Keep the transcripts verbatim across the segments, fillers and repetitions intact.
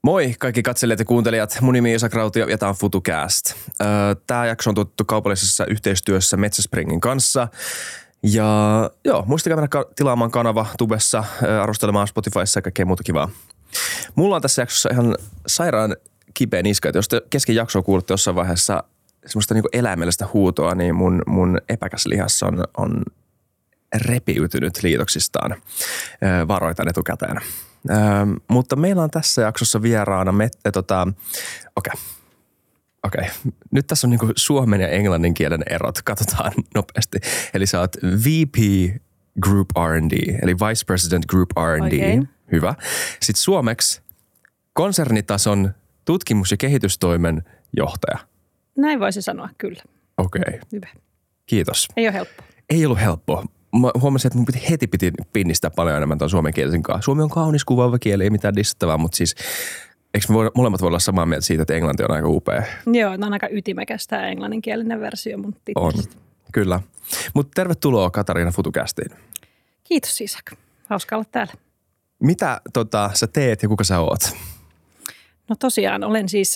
Moi kaikki katselijat ja kuuntelijat. Mun nimi on Esa Krautio ja tää on FutuCast. Tää jakso on tuotettu kaupallisessa yhteistyössä Metsäspringin kanssa. Ja joo, muistakaa mennä tilaamaan kanava Tubessa, arvostelemaan Spotifyssa ja kaikkea muuta kivaa. Mulla on tässä jaksossa ihan sairaan kipeä niska, että jos te kesken jaksoa kuulutte jossain vaiheessa semmoista niinku eläimellistä huutoa, niin mun, mun epäkäs lihas on, on repiytynyt liitoksistaan. Varoitan etukäteen. Ö, mutta meillä on tässä jaksossa vieraana, met, äh, tota, okei, okay. okei. Okay. Nyt tässä on niinku suomen ja englannin kielen erot, katsotaan nopeasti. Eli sä oot V P Group R and D, eli Vice President Group R and D, okay. Hyvä. Sitten suomeksi konsernitason tutkimus- ja kehitystoimen johtaja. Näin voisi sanoa, kyllä. Okei. Okay. Hyvä. Kiitos. Ei ole helppoa. Ei ollut helppoa. Mä huomasin, että mun piti, heti piti pinnistää paljon enemmän tuon suomenkielisen kanssa. Suomi on kaunis kuvaava kieli, ei mitään dissattavaa, mutta siis eikö me voi, molemmat voi olla samaa mieltä siitä, että englanti on aika upea? Joo, on aika ytimekäs tämä englanninkielinen versio mun tittelistä. On, kyllä. Mutta tervetuloa Katariina FutuCastiin. Kiitos Isak. Hauska olla täällä. Mitä tota, sä teet ja kuka sä oot? No tosiaan olen siis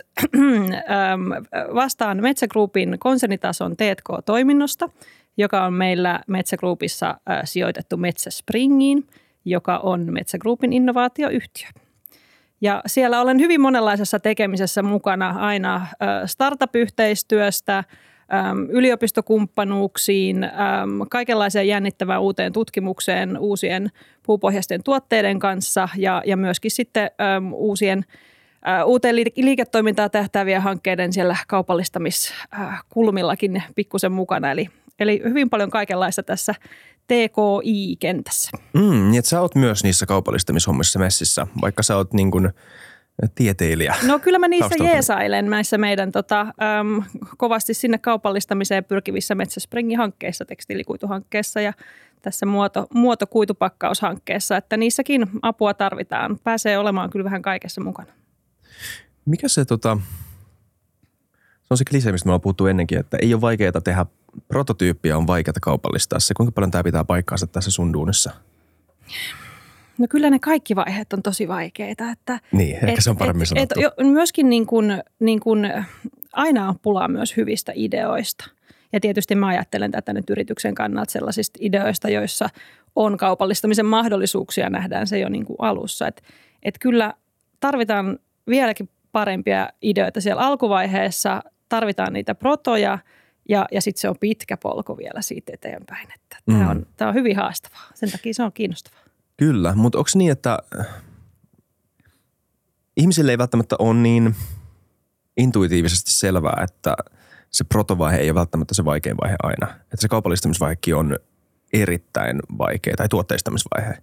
vastaan Metsä Groupin konsernitason T and K-toiminnosta, joka on meillä Metsä Groupissa sijoitettu Metsäspringiin, joka on Metsä Groupin innovaatioyhtiö. Ja siellä olen hyvin monenlaisessa tekemisessä mukana aina startup-yhteistyöstä, yliopistokumppanuuksiin, kaikenlaiseen jännittävään uuteen tutkimukseen uusien puupohjaisten tuotteiden kanssa ja, ja myöskin sitten uusien uuteen liiketoimintaan tähtääviä hankkeiden siellä kaupallistamiskulmillakin pikkusen mukana. Eli, eli hyvin paljon kaikenlaista tässä T K I-kentässä. Mm, niin että sä oot myös niissä kaupallistamishommissa messissä, vaikka sä oot niin kuin tieteilijä. No kyllä mä niissä jeesailen näissä meidän tota, äm, kovasti sinne kaupallistamiseen pyrkivissä Metsäspringi-hankkeissa, tekstiilikuituhankkeessa ja tässä muoto, muotokuitupakkaushankkeessa, että niissäkin apua tarvitaan. Pääsee olemaan kyllä vähän kaikessa mukana. Mikä se tota, se on se klise, mistä me ollaan puhuttu ennenkin, että ei ole vaikeaa tehdä prototyyppiä, on vaikeaa kaupallistaa se. Kuinka paljon tämä pitää paikkaansa tässä sun duunissa? No kyllä ne kaikki vaiheet on tosi vaikeita. Että niin, ehkä et, se on paremmin et, sanottu. Et, myöskin niin kuin, niin kuin aina on pulaa myös hyvistä ideoista. Ja tietysti mä ajattelen tätä nyt yrityksen kannalta sellaisista ideoista, joissa on kaupallistamisen mahdollisuuksia, nähdään se jo niin kuin alussa. Että et kyllä tarvitaan vieläkin parempia ideoita siellä alkuvaiheessa, tarvitaan niitä protoja ja, ja sitten se on pitkä polku vielä siitä eteenpäin. Että mm. Tämä on, tämä on hyvin haastavaa, sen takia se on kiinnostavaa. Kyllä, mutta onko niin, että ihmisille ei välttämättä ole niin intuitiivisesti selvää, että se protovaihe ei ole välttämättä se vaikein vaihe aina. Että se kaupallistamisvaihekin on erittäin vaikea tai tuotteistamisvaihe.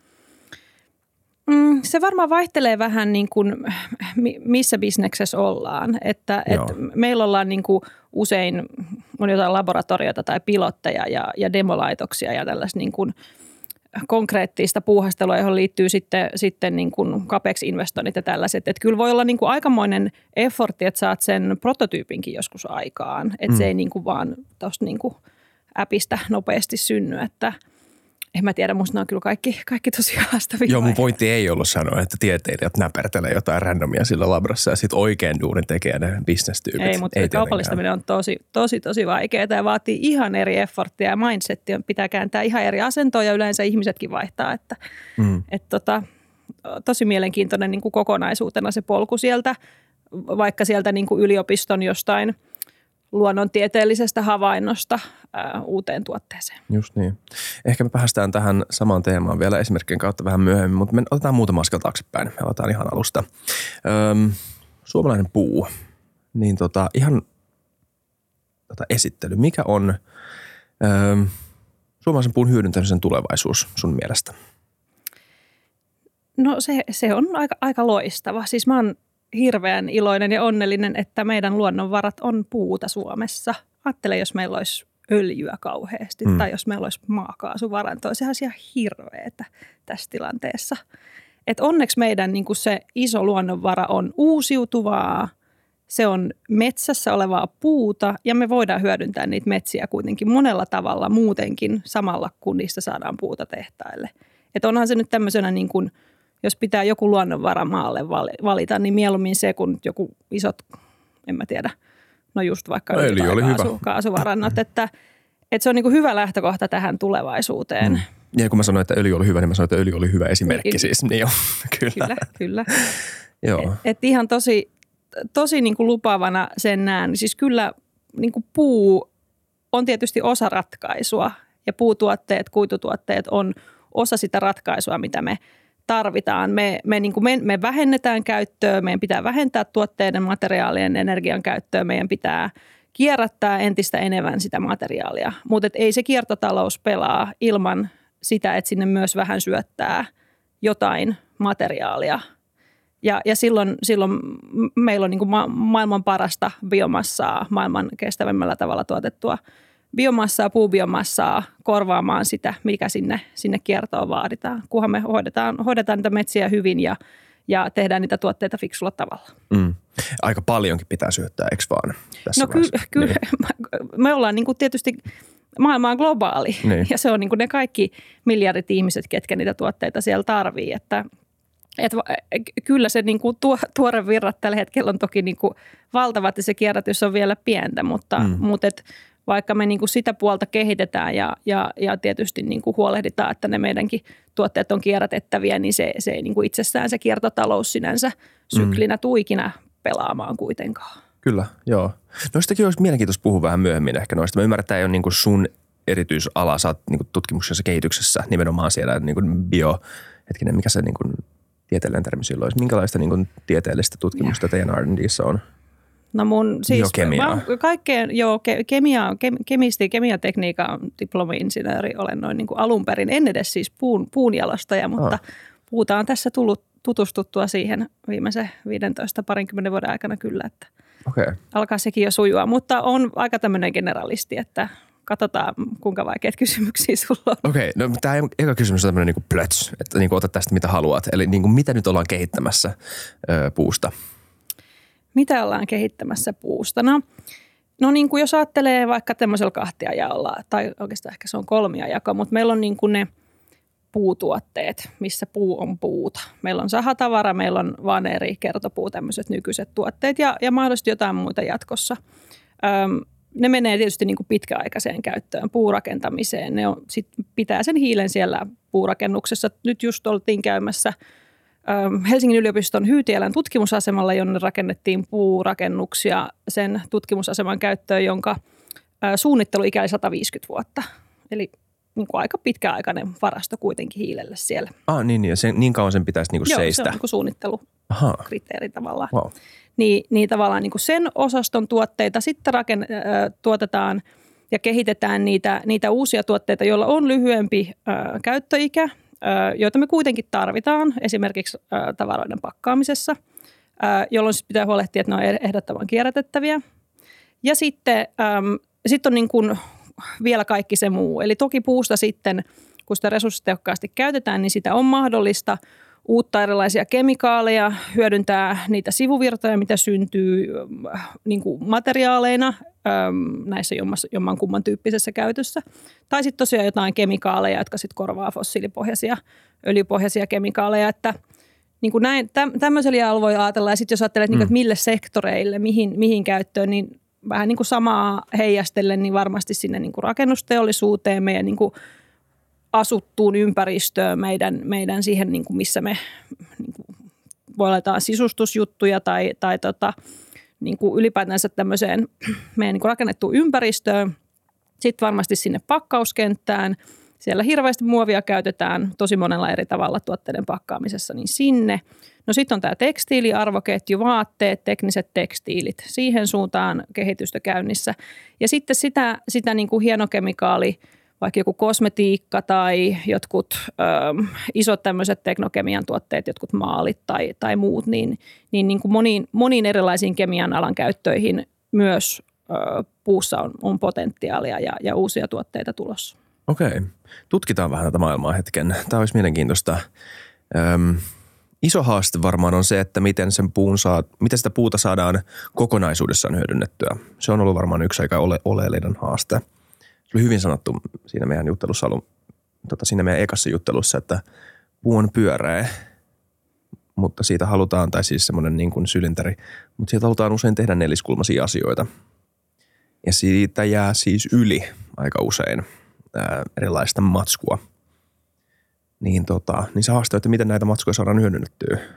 Mm, se varmaan vaihtelee vähän niin kuin missä bisneksessä ollaan. Että, et meillä ollaan niin kuin usein on jotain laboratorioita tai pilotteja ja, ja demolaitoksia ja tällaista niin kuin konkreettista puuhastelua, johon liittyy sitten, sitten niin kuin capex-investoinnit ja tällaiset. Että kyllä voi olla niin kuin aikamoinen effortti, että saat sen prototyypinkin joskus aikaan. Että mm. se ei niin kuin vaan tuosta niin kuin äpistä nopeasti synny, että en mä tiedä, musta ne on kyllä kaikki, kaikki tosi haastavia. Joo, mun pointti ei ollut sanoa, että tieteilijät näpertelee jotain randomia sillä labrassa ja sitten oikein duunin tekee ne bisnestyypit. Ei, mutta ei kaupallistaminen on tosi, tosi, tosi vaikeaa ja vaatii ihan eri efforttia ja mindsettiä. Pitää kääntää ihan eri asentoa ja yleensä ihmisetkin vaihtaa. Että, mm. et tota, tosi mielenkiintoinen niin kuin kokonaisuutena se polku sieltä, vaikka sieltä niin kuin yliopiston jostain luonnontieteellisestä havainnosta ää, uuteen tuotteeseen. Just niin. Ehkä me päästään tähän samaan teemaan vielä esimerkkien kautta vähän myöhemmin, mutta me otetaan muutama askel taaksepäin. Me aloitetaan ihan alusta. Öm, suomalainen puu. Niin tota, ihan tota esittely. Mikä on öm, suomalaisen puun hyödyntämisen tulevaisuus sun mielestä? No se, se on aika, aika loistava. Siis mä oon hirveän iloinen ja onnellinen, että meidän luonnonvarat on puuta Suomessa. Ajattele, jos meillä olisi öljyä kauheasti mm. tai jos meillä olisi maakaasuvarantoa. Sehän olisi ihan hirveetä tässä tilanteessa. Et onneksi meidän niin kuin se iso luonnonvara on uusiutuvaa, se on metsässä olevaa puuta ja me voidaan hyödyntää niitä metsiä kuitenkin monella tavalla muutenkin samalla, kun niistä saadaan puuta tehtaille. Et onhan se nyt tämmöisenä niin kuin jos pitää joku luonnonvara maalle valita, niin mieluummin se kuin joku isot, en mä tiedä, no just vaikka öljy oli kaasu, hyvä. kaasuvarannot, että, että se on niin kuin hyvä lähtökohta tähän tulevaisuuteen. Mm. Ja kun mä sanoin, että öljy oli hyvä, niin mä sanoin, että öljy oli hyvä esimerkki niin, siis. Niin jo, kyllä. Kyllä, kyllä. Joo. Et, et ihan tosi, tosi niin kuin lupaavana sen näen. Siis kyllä niin kuin puu on tietysti osa ratkaisua ja puutuotteet, kuitutuotteet on osa sitä ratkaisua, mitä me tarvitaan. Me, me, niin kuin me, me vähennetään käyttöä, meidän pitää vähentää tuotteiden, materiaalien, energian käyttöä, meidän pitää kierrättää entistä enemmän sitä materiaalia. Mutta ei se kiertotalous pelaa ilman sitä, että sinne myös vähän syöttää jotain materiaalia. Ja, ja silloin, silloin meillä on niin kuin ma- maailman parasta biomassaa, maailman kestävämmällä tavalla tuotettua biomassaa, puubiomassaa korvaamaan sitä, mikä sinne, sinne kiertoon vaaditaan. Kunhan me hoidetaan, hoidetaan niitä metsiä hyvin ja, ja tehdään niitä tuotteita fiksulla tavalla. Mm. Aika paljonkin pitää syöttää, eikö vaan? Tässä no kyllä, kyllä. Niin. Me ollaan niin kuin tietysti, maailma on globaali niin. Ja se on niin kuin ne kaikki miljardit ihmiset, ketkä niitä tuotteita siellä tarvii, että Et, kyllä se niin kuin tuo, tuore virrat tällä hetkellä on toki niin kuin valtavat ja se kierrätys on vielä pientä, mutta, mm. mutta et, vaikka me niin kuin sitä puolta kehitetään ja, ja, ja tietysti niin kuin huolehditaan, että ne meidänkin tuotteet on kierrätettäviä, niin se, se ei niin kuin itsessään se kiertotalous sinänsä syklinä mm. tuikina pelaamaan kuitenkaan. Kyllä, joo. Noistakin olisi mielenkiintoista puhua vähän myöhemmin ehkä noista. Mä ymmärrän, että tämä ei ole niin kuin sun erityisala, sä oot niin kuin tutkimuksessa ja kehityksessä nimenomaan siellä niin kuin bio, hetkinen, mikä se niin kuin tieteellinen termi silloin olisi. Minkälaista niin kuin tieteellistä tutkimusta teidän R and D:ssä on? No mun siis Biokemiaa. kaikkeen, joo, ke, kemia, ke, kemisti, kemiatekniikan diplomi-insinööri olen noin niin kuin alun perin, en edes siis puun, puunjalostaja, mutta ah. puuta on tässä tullut tutustuttua siihen viimeisen viisitoista parinkymmenen vuoden aikana kyllä, että okay. alkaa sekin jo sujua, mutta on aika tämmöinen generalisti, että katsotaan kuinka vaikeat kysymyksiä sulla on. Okei, okay, no tämä eka kysymys on tämmöinen niin kuin plöts, että niin kuin ota tästä mitä haluat, eli niin kuin mitä nyt ollaan kehittämässä ö, puusta? Mitä ollaan kehittämässä puusta? No, no niin kuin jos ajattelee vaikka tämmöisellä kahtiajaolla, tai oikeastaan ehkä se on kolmiajako, mutta meillä on niin kuin ne puutuotteet, missä puu on puuta. Meillä on sahatavara, meillä on vaneri, kertopuu, tämmöiset nykyiset tuotteet ja, ja mahdollisesti jotain muuta jatkossa. Öm, ne menee tietysti niin kuin pitkäaikaiseen käyttöön, puurakentamiseen. Ne on, sit pitää sen hiilen siellä puurakennuksessa. Nyt just oltiin käymässä Helsingin yliopiston Hyytiälän tutkimusasemalla, jonne rakennettiin puurakennuksia sen tutkimusaseman käyttöön, jonka suunnittelu oli sata viisikymmentä vuotta. Eli niin kuin aika pitkäaikainen varasto kuitenkin hiilelle siellä. Ah niin, niin, sen, niin kauan sen pitäisi niin kuin Joo, seistä. Joo, se on niin kuin suunnittelukriteeri tavallaan. Wow. Niin, niin tavallaan niin kuin sen osaston tuotteita sitten raken, äh, tuotetaan ja kehitetään niitä, niitä uusia tuotteita, joilla on lyhyempi äh, käyttöikä, joita me kuitenkin tarvitaan esimerkiksi tavaroiden pakkaamisessa, jolloin pitää huolehtia, että ne on ehdottoman kierrätettäviä. Ja sitten sit on niin kuin vielä kaikki se muu. Eli toki puusta sitten, kun sitä resurssitehokkaasti käytetään, niin sitä on mahdollista uutta erilaisia kemikaaleja, hyödyntää niitä sivuvirtoja, mitä syntyy niin kuin materiaaleina näissä jomman kumman tyyppisessä käytössä. Tai sitten tosiaan jotain kemikaaleja, jotka sitten korvaa fossiilipohjaisia, öljypohjaisia kemikaaleja, että niin kuin näin, täm, tämmöisellä alalla voi ajatella. Ja sitten jos ajattelee, että, mm. että mille sektoreille, mihin, mihin käyttöön, niin vähän niin kuin samaa heijastellen, niin varmasti sinne niin kuin rakennusteollisuuteen, meidän niin kuin asuttuun ympäristöön, meidän, meidän siihen, niin kuin missä me niin kuin voi laittaa sisustusjuttuja tai, tai tota, niin kuin ylipäätänsä tämmöiseen meidän niin kuin rakennettuun ympäristöön. Sitten varmasti sinne pakkauskenttään. Siellä hirveästi muovia käytetään tosi monella eri tavalla tuotteiden pakkaamisessa, niin sinne. No sitten on tämä tekstiiliarvoketju, vaatteet, tekniset tekstiilit. Siihen suuntaan kehitystä käynnissä. Ja sitten sitä, sitä niin kuin hienokemikaali, vaikka joku kosmetiikka tai jotkut ö, isot tämmöiset teknokemian tuotteet, jotkut maalit tai, tai muut, niin, niin, niin kuin moniin, moniin erilaisiin kemian alan käyttöihin myös ö, puussa on, on potentiaalia ja, ja uusia tuotteita tulossa. Okei. Tutkitaan vähän tätä maailmaa hetken. Tämä olisi mielenkiintoista. Öm, iso haaste varmaan on se, että miten, sen puun saa, miten sitä puuta saadaan kokonaisuudessaan hyödynnettyä. Se on ollut varmaan yksi aika ole, oleellinen haaste. Se oli hyvin sanottu siinä meidän juttelussa, ollut, tota, siinä meidän ekassa juttelussa, että puu on pyöreä mutta siitä halutaan, tai siis semmoinen niin kuin sylinteri, mutta siitä halutaan usein tehdä neliskulmaisia asioita. Ja siitä jää siis yli aika usein ää, erilaista matskua. Niin, tota, niin se haastaa, että miten näitä matskuja saadaan hyödynnettyä. Ää,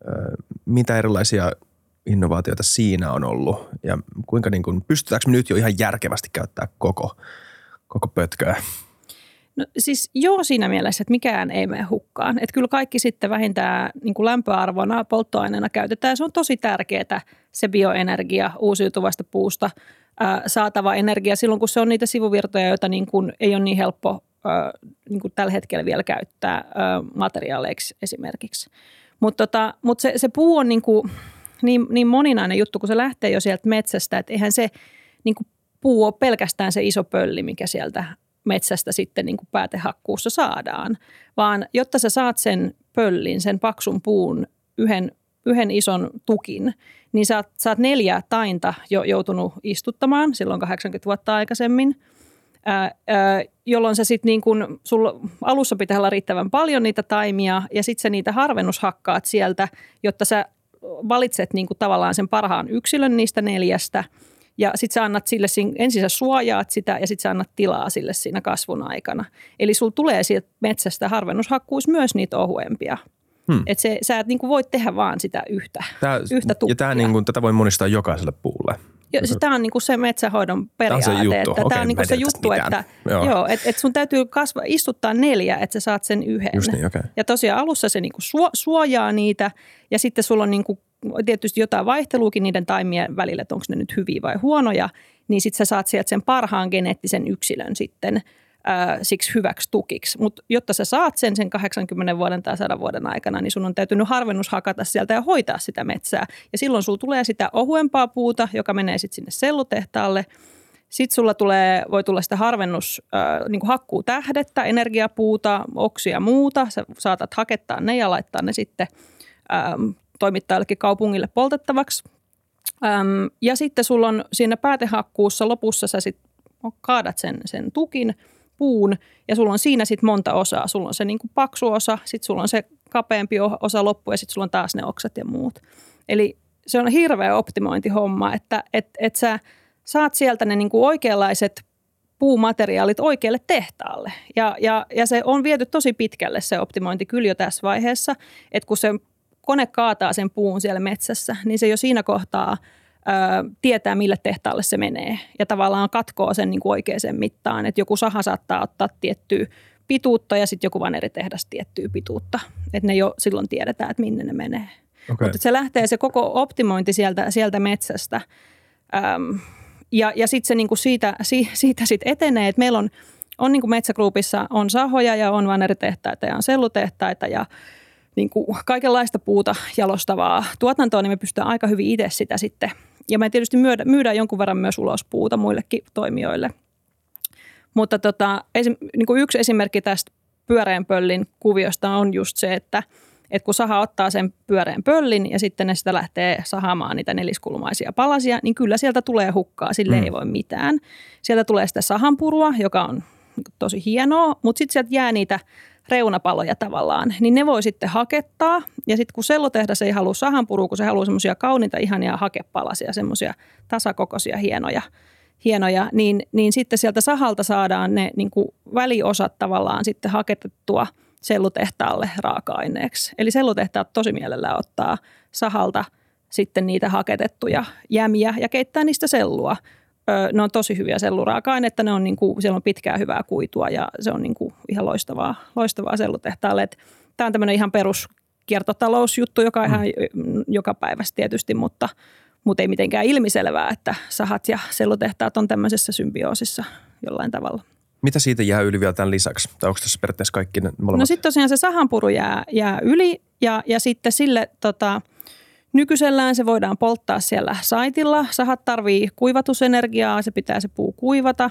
mitä erilaisia innovaatioita siinä on ollut ja kuinka niin kuin, pystytäänkö me nyt jo ihan järkevästi käyttää koko, koko pötköä? No siis joo siinä mielessä, että mikään ei mene hukkaan. Että kyllä kaikki sitten vähintään niin kuin lämpöarvona polttoaineena käytetään. Se on tosi tärkeää se bioenergia uusiutuvasta puusta ää, saatava energia silloin, kun se on niitä sivuvirtoja, joita niin kuin ei ole niin helppo ää, niin kuin tällä hetkellä vielä käyttää ää, materiaaleiksi esimerkiksi. Mutta tota, mut se, se puu on niin, kuin, niin, niin moninainen juttu, kun se lähtee jo sieltä metsästä, että eihän se niin kuin puu ole pelkästään se iso pölli, mikä sieltä metsästä sitten niin kuin päätehakkuussa saadaan, vaan jotta sä saat sen pöllin, sen paksun puun, yhden, yhden ison tukin, niin sä oot, sä oot neljä tainta jo joutunut istuttamaan silloin kahdeksankymmentä vuotta aikaisemmin, ää, ää, jolloin sä sitten niin kuin, sulla alussa pitää olla riittävän paljon niitä taimia ja sitten sä niitä harvennushakkaat sieltä, jotta sä valitset niin kuin tavallaan sen parhaan yksilön niistä neljästä. Ja sitten sä annat sille, ensin sä suojaat sitä ja sitten sä annat tilaa sille siinä kasvun aikana. Eli sulla tulee sieltä metsästä harvennushakkuus myös niitä ohuempia. Hmm. Että sä et niinku voi tehdä vaan sitä yhtä, tää, yhtä tukkia. Ja tää niinku, tätä voi monistaa jokaiselle puulle. Tämä on niinku se metsähoidon periaate. Tämä on se juttu, että, okay, on niinku se juttu, että joo, et, et sun täytyy kasva, istuttaa neljä, että sä saat sen yhden. Just niin, okay. Ja tosiaan alussa se niinku suojaa niitä ja sitten sulla on niinku tietysti jotain vaihteluukin niiden taimien välillä, että onko ne nyt hyviä vai huonoja, niin sitten sä saat sieltä sen parhaan geneettisen yksilön sitten ää, siksi hyväksi tukiksi. Mutta jotta sä saat sen sen kahdeksankymmenen vuoden tai sadan vuoden aikana, niin sun on täytynyt harvennus hakata sieltä ja hoitaa sitä metsää. Ja silloin sulla tulee sitä ohuempaa puuta, joka menee sitten sinne sellutehtaalle. Sitten sulla tulee, voi tulla sitä harvennus, äh, niin kuin hakkuutähdettä, energiapuuta, oksia ja muuta. Sä saatat hakettaa ne ja laittaa ne sitten ähm, toimittaa jollekin kaupungille poltettavaksi. Ähm, ja sitten sulla on siinä päätehakkuussa lopussa sä sitten kaadat sen, sen tukin, puun ja sulla on siinä sitten monta osaa. Sulla on se niin kuin paksu osa, sitten sulla on se kapeampi osa loppu ja sitten sulla on taas ne oksat ja muut. Eli se on hirveä optimointihomma, että et, et sä saat sieltä ne niin kuin oikeanlaiset puumateriaalit oikealle tehtaalle. Ja, ja, ja se on viety tosi pitkälle se optimointi kyllä jo tässä vaiheessa, että kun se kone kaataa sen puun siellä metsässä, niin se jo siinä kohtaa ö, tietää, mille tehtaalle se menee. Ja tavallaan katkoo sen niin kuin oikeaan mittaan, että joku saha saattaa ottaa tiettyä pituutta ja sitten joku vaneritehdas tiettyä pituutta. Että ne jo silloin tiedetään, että minne ne menee. Okay. Mutta se lähtee se koko optimointi sieltä, sieltä metsästä. Öm, ja ja sitten se niinku siitä, siitä sit etenee, että meillä on, on niinku Metsägroupissa on sahoja ja on vaneritehtaita ja on sellutehtaita ja niinku kaikenlaista puuta jalostavaa tuotantoa, niin me pystytään aika hyvin itse sitä sitten. Ja me tietysti myydä, myydään jonkun verran myös ulos puuta muillekin toimijoille. Mutta tota, esim, niinku yksi esimerkki tästä pyöreän pöllin kuviosta on just se, että että kun saha ottaa sen pyöreän pöllin ja sitten ne sitä lähtee sahaamaan niitä neliskulmaisia palasia, niin kyllä sieltä tulee hukkaa, sille mm. ei voi mitään. Sieltä tulee sitä sahanpurua, joka on tosi hienoa, mutta sitten sieltä jää niitä reunapaloja tavallaan, niin ne voi sitten hakettaa. Ja sitten kun sellutehdas ei halua sahanpurua, kun se haluaa semmoisia kauniita, ihania hakepalasia, semmoisia tasakokoisia hienoja, hienoja niin, niin sitten sieltä sahalta saadaan ne niin kuin väliosat tavallaan sitten haketettua sellutehtaalle raaka-aineeksi. Eli sellutehtaat tosi mielellään ottaa sahalta sitten niitä haketettuja jämiä ja keittää niistä sellua. Öö, ne on tosi hyviä selluraaka-ainetta, ne on niinku, siellä on pitkää hyvää kuitua ja se on niinku ihan loistavaa, loistavaa sellutehtaalle. Tämä on tämmöinen ihan perus kiertotalousjuttu, joka on ihan mm. joka päivässä tietysti, mutta, mutta ei mitenkään ilmiselvää, että sahat ja sellutehtaat on tämmöisessä symbioosissa jollain tavalla. Mitä siitä jää yli vielä tämän lisäksi? Tai onko tässä periaatteessa kaikki ne molemmat? No sitten tosiaan se sahanpuru jää, jää yli ja, ja sitten sille tota, nykyisellään se voidaan polttaa siellä saitilla. Sahat tarvii kuivatusenergiaa, se pitää se puu kuivata.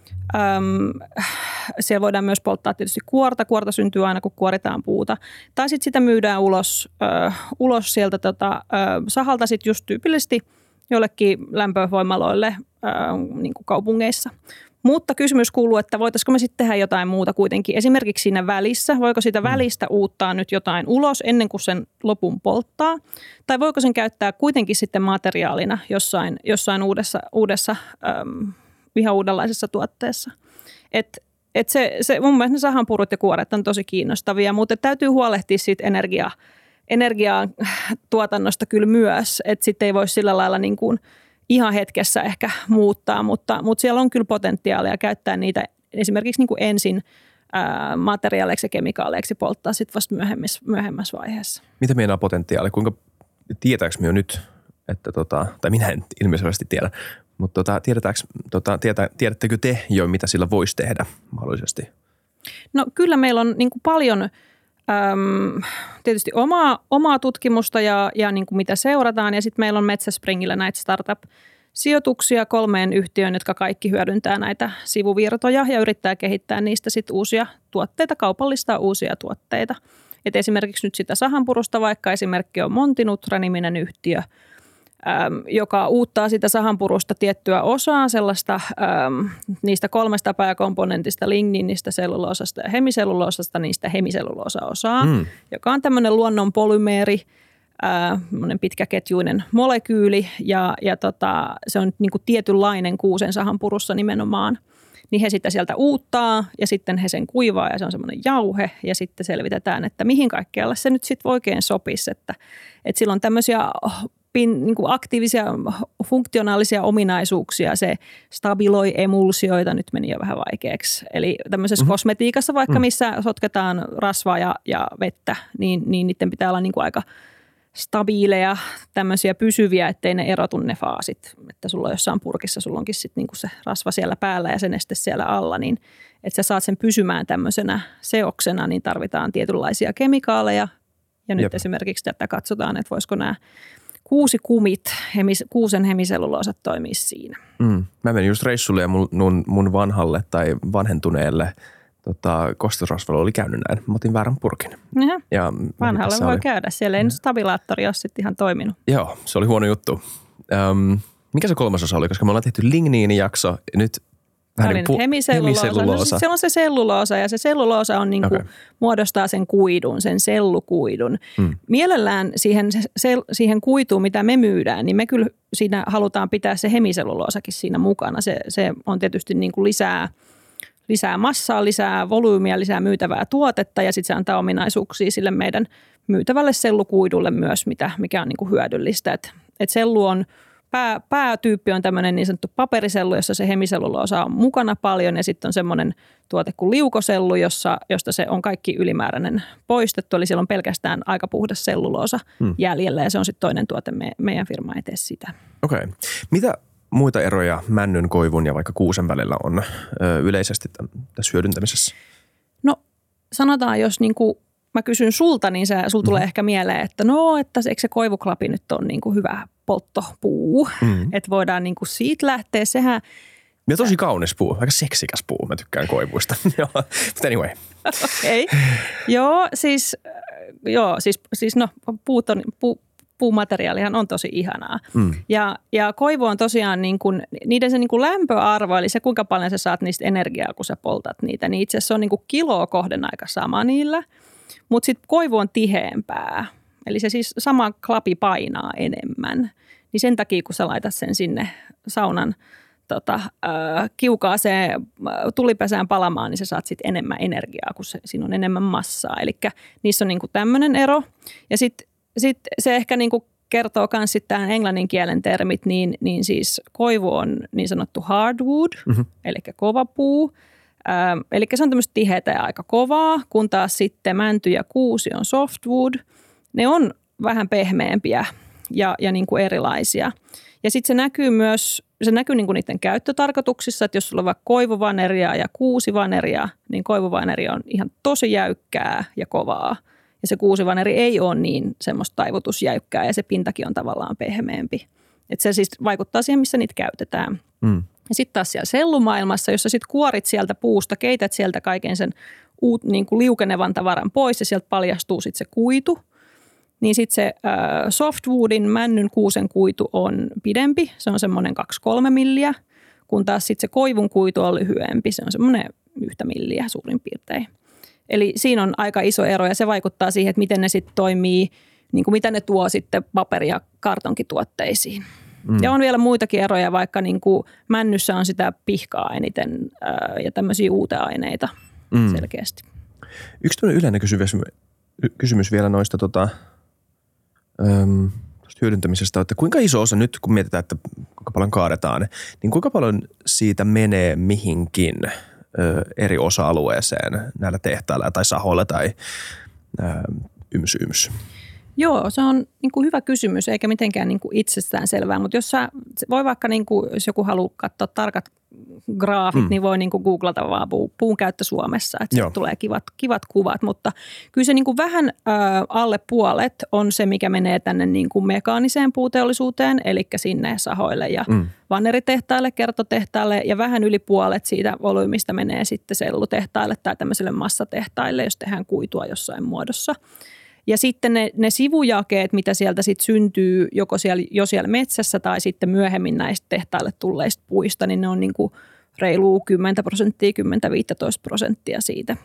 Öm, siellä voidaan myös polttaa tietysti kuorta. Kuorta syntyy aina, kun kuoritaan puuta. Tai sitten sitä myydään ulos, ö, ulos sieltä tota, ö, sahalta sitten just tyypillisesti jollekin lämpövoimaloille ö, niin kuin kaupungeissa. Mutta kysymys kuuluu, että voitaisiko me sitten tehdä jotain muuta kuitenkin. Esimerkiksi siinä välissä, voiko siitä välistä uuttaa nyt jotain ulos ennen kuin sen lopun polttaa? Tai voiko sen käyttää kuitenkin sitten materiaalina jossain, jossain uudessa, uudessa äm, ihan uudenlaisessa tuotteessa? Et, et se, se, mun mielestä ne sahanpurut ja kuoret on tosi kiinnostavia, mutta täytyy huolehtia siitä energiaa, energiaa tuotannosta kyllä myös, että sitten ei voi sillä lailla niin kuin ihan hetkessä ehkä muuttaa, mutta, mutta siellä on kyllä potentiaalia käyttää niitä esimerkiksi niin kuin ensin ää, materiaaleiksi ja kemikaaleiksi polttaa sitten vasta myöhemmässä, myöhemmässä vaiheessa. Mitä meinaa potentiaali? Kuinka tietääkö me jo nyt, että tota, tai minä en ilmeisesti tiedä, mutta tota, tiedetäänkö, tota, tietä, tiedättekö te jo, mitä sillä voisi tehdä mahdollisesti? No kyllä meillä on niin kuin paljon äm, tietysti omaa, omaa tutkimusta ja, ja niin kuin mitä seurataan ja sitten meillä on Metsäspringillä näitä startup-sijoituksia kolmeen yhtiöön, jotka kaikki hyödyntää näitä sivuvirtoja ja yrittää kehittää niistä sitten uusia tuotteita, kaupallistaa uusia tuotteita. Et esimerkiksi nyt sitä sahanpurusta vaikka esimerkki on Montinutra-niminen yhtiö, äm, joka uuttaa sitä sahanpurusta tiettyä osaa sellaista äm, niistä kolmesta pääkomponentista, ligniinistä, selluloosasta ja hemiselluloosasta, niistä hemiselluloosa-osaa, mm. joka on tämmöinen luonnon polymeeri, äh, pitkäketjuinen molekyyli ja, ja tota, se on niin kuin tietynlainen kuusen sahanpurussa nimenomaan. Niin he sitä sieltä uuttaa ja sitten he sen kuivaa ja se on semmoinen jauhe ja sitten selvitetään, että mihin kaikkialle se nyt sitten oikein sopisi. Että, että sillä on tämmöisiä pin, niin kuin aktiivisia funktionaalisia ominaisuuksia, se stabiloi emulsioita, nyt meni jo vähän vaikeaksi. Eli tämmöisessä mm-hmm. kosmetiikassa vaikka, missä sotketaan rasvaa ja, ja vettä, niin, niin niiden pitää olla niin kuin aika stabiileja, tämmöisiä pysyviä, ettei ne erotu ne faasit. Että sulla on jossain purkissa, sulla onkin sitten niinku se rasva siellä päällä ja se neste siellä alla, niin että sä saat sen pysymään tämmöisenä seoksena, niin tarvitaan tietynlaisia kemikaaleja. Ja nyt Jep. esimerkiksi tätä katsotaan, että voisiko nämä kuusikumit, hemis, kuusen hemiselluloosat toimia siinä. Mm. Mä menin just reissulle ja mun, mun, mun vanhalle tai vanhentuneelle Tota, kostosrasvalla oli käynyt näin. Mä otin väärän purkin. Ja vanhalle voi oli käydä. Siellä ei nyt stabilaattori ole sitten ihan toiminut. Joo, se oli huono juttu. Öm, mikä se kolmas osa oli? Koska me ollaan tehty ligniinijakso. Nyt vähän niin pu- hemiselluloosa. hemiselluloosa. No, se on se selluloosa ja se selluloosa on niin kuin okay. muodostaa sen kuidun, sen sellukuidun. Hmm. Mielellään siihen, se, siihen kuituun, mitä me myydään, niin me kyllä siinä halutaan pitää se hemiselluloosakin siinä mukana. Se, se on tietysti niin kuin lisää lisää massaa, lisää volyymiä, lisää myytävää tuotetta ja sitten se antaa ominaisuuksia sille meidän myytävälle sellukuidulle myös, mitä, mikä on niin kuin hyödyllistä. Et, et sellu on, pää, päätyyppi on tämmöinen niin sanottu paperisellu, jossa se hemiselluloosa on mukana paljon ja sitten on semmoinen tuote kuin liukosellu, jossa, josta se on kaikki ylimääräinen poistettu. Eli siellä on pelkästään aika puhdas selluloosa hmm. jäljellä ja se on sitten toinen tuote, me, meidän firma ei tee sitä. Okei. Okay. Mitä muita eroja männyn, koivun ja vaikka kuusen välillä on ö, yleisesti tässä hyödyntämisessä? No sanotaan, jos niin kuin mä kysyn sulta, niin se, sul tulee mm. ehkä mieleen, että no, että eikö se koivuklapi nyt on niin kuin hyvä polttopuu, mm. että voidaan niin kuin siitä lähteä. Sehän ja tosi kaunis puu, aika seksikäs puu, mä tykkään koivuista. But anyway. Okei. Okay. Joo, siis, joo, siis, siis no puut on, puu, puumateriaalihan on tosi ihanaa. Mm. Ja, ja koivu on tosiaan niin kuin, niiden se niin kuin lämpöarvo, eli se kuinka paljon sä saat niistä energiaa, kun sä poltat niitä, niin itse asiassa se on niin kuin kiloa kohden aika sama niillä, mutta sitten koivu on tiheämpää. Eli se siis sama klapi painaa enemmän. Niin sen takia, kun sä laitat sen sinne saunan tota, äh, kiukaaseen tulipesään palamaan, niin sä saat sitten enemmän energiaa, kun se, siinä on enemmän massaa. Eli niissä on niin kuin tämmöinen ero. Ja sitten Sitten se ehkä niin kuin kertoo myös sitten tämän englannin kielen termit, niin, niin siis koivu on niin sanottu hardwood, mm-hmm. eli kova puu. Ähm, eli se on tämmöistä tiheätä ja aika kovaa, kun taas sitten mänty ja kuusi on softwood. Ne on vähän pehmeämpiä ja, ja niin kuin erilaisia. Ja sitten se näkyy myös, se näkyy niin kuin niiden käyttötarkoituksissa, että jos sulla on vaikka koivuvaneria ja kuusivaneria, niin koivuvaneria on ihan tosi jäykkää ja kovaa. Ja se kuusivaneri ei ole niin semmoista taivutusjäykkää ja se pintakin on tavallaan pehmeämpi. Että se siis vaikuttaa siihen, missä niitä käytetään. Mm. Ja sitten taas siellä sellumaailmassa, jossa sitten kuorit sieltä puusta, keität sieltä kaiken sen uut, niin kuin liukenevan tavaran pois ja sieltä paljastuu sitten se kuitu. Niin sitten se äh, softwoodin, männyn, kuusen kuitu on pidempi. Se on semmoinen kaksi kolme milliä, kun taas sitten se koivun kuitu on lyhyempi. Se on semmoinen yhtä milliä suurin piirtein. Eli siinä on aika iso ero ja se vaikuttaa siihen, että miten ne sitten toimii, niin kuin mitä ne tuo sitten paperi- ja kartonkituotteisiin. Mm. Ja on vielä muitakin eroja, vaikka niin kuin männyssä on sitä pihkaa eniten ää, ja tämmöisiä uuteaineita mm. selkeästi. Yksi toinen yleinen kysymys, kysymys vielä noista tota, äm, hyödyntämisestä, että kuinka iso osa nyt, kun mietitään, että kuinka paljon kaadetaan, niin kuinka paljon siitä menee mihinkin ö, eri osa-alueeseen näillä tehtailla tai sahoilla tai ö, yms yms? Joo, se on niin kuin hyvä kysymys, eikä mitenkään niin kuin itsestään selvää, mutta jos sä, voi vaikka, niin kuin, jos joku haluaa katsoa tarkat graafit, mm. niin voi niin kuin googlata vaan puun, puun käyttö Suomessa, että sieltä tulee kivat, kivat kuvat, mutta kyllä se niin kuin vähän ö, alle puolet on se, mikä menee tänne niin kuin mekaaniseen puuteollisuuteen, eli sinne sahoille ja mm. vanneritehtaille, kertotehtaille ja vähän yli puolet siitä volyymista menee sitten sellutehtaille tai tämmöiselle massatehtaille, jos tehdään kuitua jossain muodossa. Ja sitten ne, ne sivujakeet, mitä sieltä sitten syntyy joko siellä, jo siellä metsässä tai sitten myöhemmin näistä tehtaille tulleista puista, niin ne on niin kuin reilu kymmenen prosenttia, kymmenen viisitoista prosenttia siitä.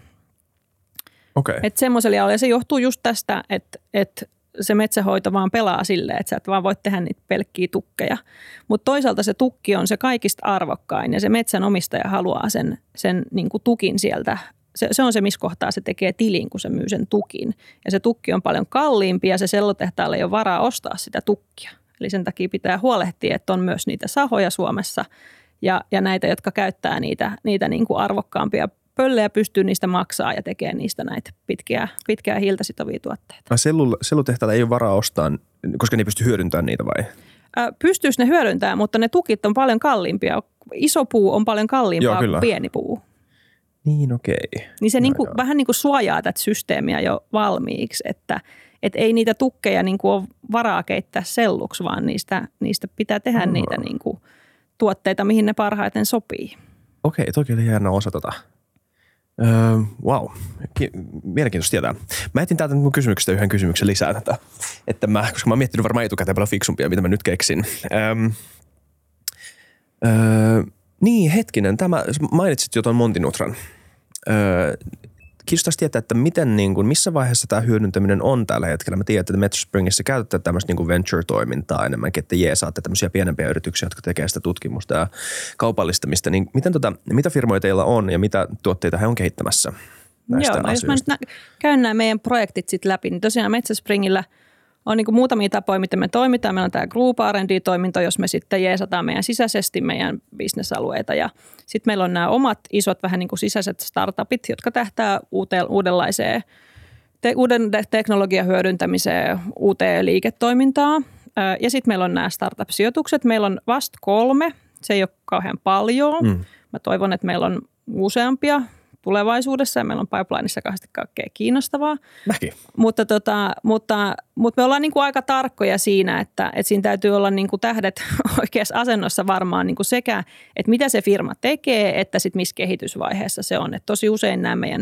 Okay. Että semmoisella alueella se johtuu just tästä, että, että se metsähoito vaan pelaa silleen, että sä et vaan voi tehdä niitä pelkkiä tukkeja. Mutta toisaalta se tukki on se kaikista arvokkain ja se metsänomistaja haluaa sen, sen niin kuin tukin sieltä. Se, se on se, missä kohtaa se tekee tilin, kun se myy sen tukin. Ja se tukki on paljon kalliimpi ja se sellutehtaalle ei ole varaa ostaa sitä tukkia. Eli sen takia pitää huolehtia, että on myös niitä sahoja Suomessa ja, ja näitä, jotka käyttää niitä, niitä niin kuin arvokkaampia pöllejä, pystyy niistä maksaa ja tekee niistä näitä pitkiä, pitkiä hiiltä sitovia tuotteita. Sellu, sellutehtaalla ei ole varaa ostaa, koska ne ei pysty hyödyntämään niitä vai? Pystyisi ne hyödyntämään, mutta ne tukit on paljon kalliimpia. Iso puu on paljon kalliimpaa kuin pieni puu. Niin, okei. Niin se no, niinku, vähän niin kuin suojaa tätä systeemiä jo valmiiksi, että et ei niitä tukkeja niinku ole varaa keittää selluksi, vaan niistä, niistä pitää tehdä oh. niitä niinku tuotteita, mihin ne parhaiten sopii. Okei, toki oli hieno osa tota. Öö, wow, mielenkiintoista tietää. Mä etin täältä mun kysymyksestä yhden kysymyksen lisää tätä, että mä, koska mä oon miettinyt varmaan etukäteen paljon fiksumpia, mitä mä nyt keksin. Öö, öö, niin, hetkinen, tämä, mainitsit jo tuon Montinutran. Öö, kiinnostaisi tietää, että miten, niin kuin, missä vaiheessa tämä hyödyntäminen on tällä hetkellä. Mä tiedän, että Metsä Springissä käytetään tämmöistä niin kuin venture-toimintaa enemmänkin, että jeesaatte tämmöisiä pienempiä yrityksiä, jotka tekee sitä tutkimusta ja kaupallistamista. Niin miten tota, mitä firmoja teillä on ja mitä tuotteita he on kehittämässä näistä Joo, asioista? Jos mä nyt käyn nämä meidän projektit sitten läpi, niin tosiaan Metsä Springillä on niin kuin muutamia tapoja, miten me toimitaan. Meillä on tämä Group R and D-toiminto, jos me sitten jeesataan meidän sisäisesti meidän bisnesalueita. Ja sitten meillä on nämä omat isot vähän niin kuin sisäiset startupit, jotka tähtää uuteen, uudenlaiseen, te, uuden teknologian hyödyntämiseen, uuteen liiketoimintaan. Ja sitten meillä on nämä startup-sijoitukset. Meillä on vasta kolme. Se ei ole kauhean paljon. Mm. Mä toivon, että meillä on useampia tulevaisuudessa ja meillä on pipelineissa kauheasti kaikkea kiinnostavaa. Mäkin. Mutta, tota, mutta, mutta me ollaan niin kuin aika tarkkoja siinä, että, että siinä täytyy olla niin kuin tähdet oikeassa asennossa varmaan niin kuin sekä, että mitä se firma tekee, että sitten missä kehitysvaiheessa se on. Että tosi usein nämä meidän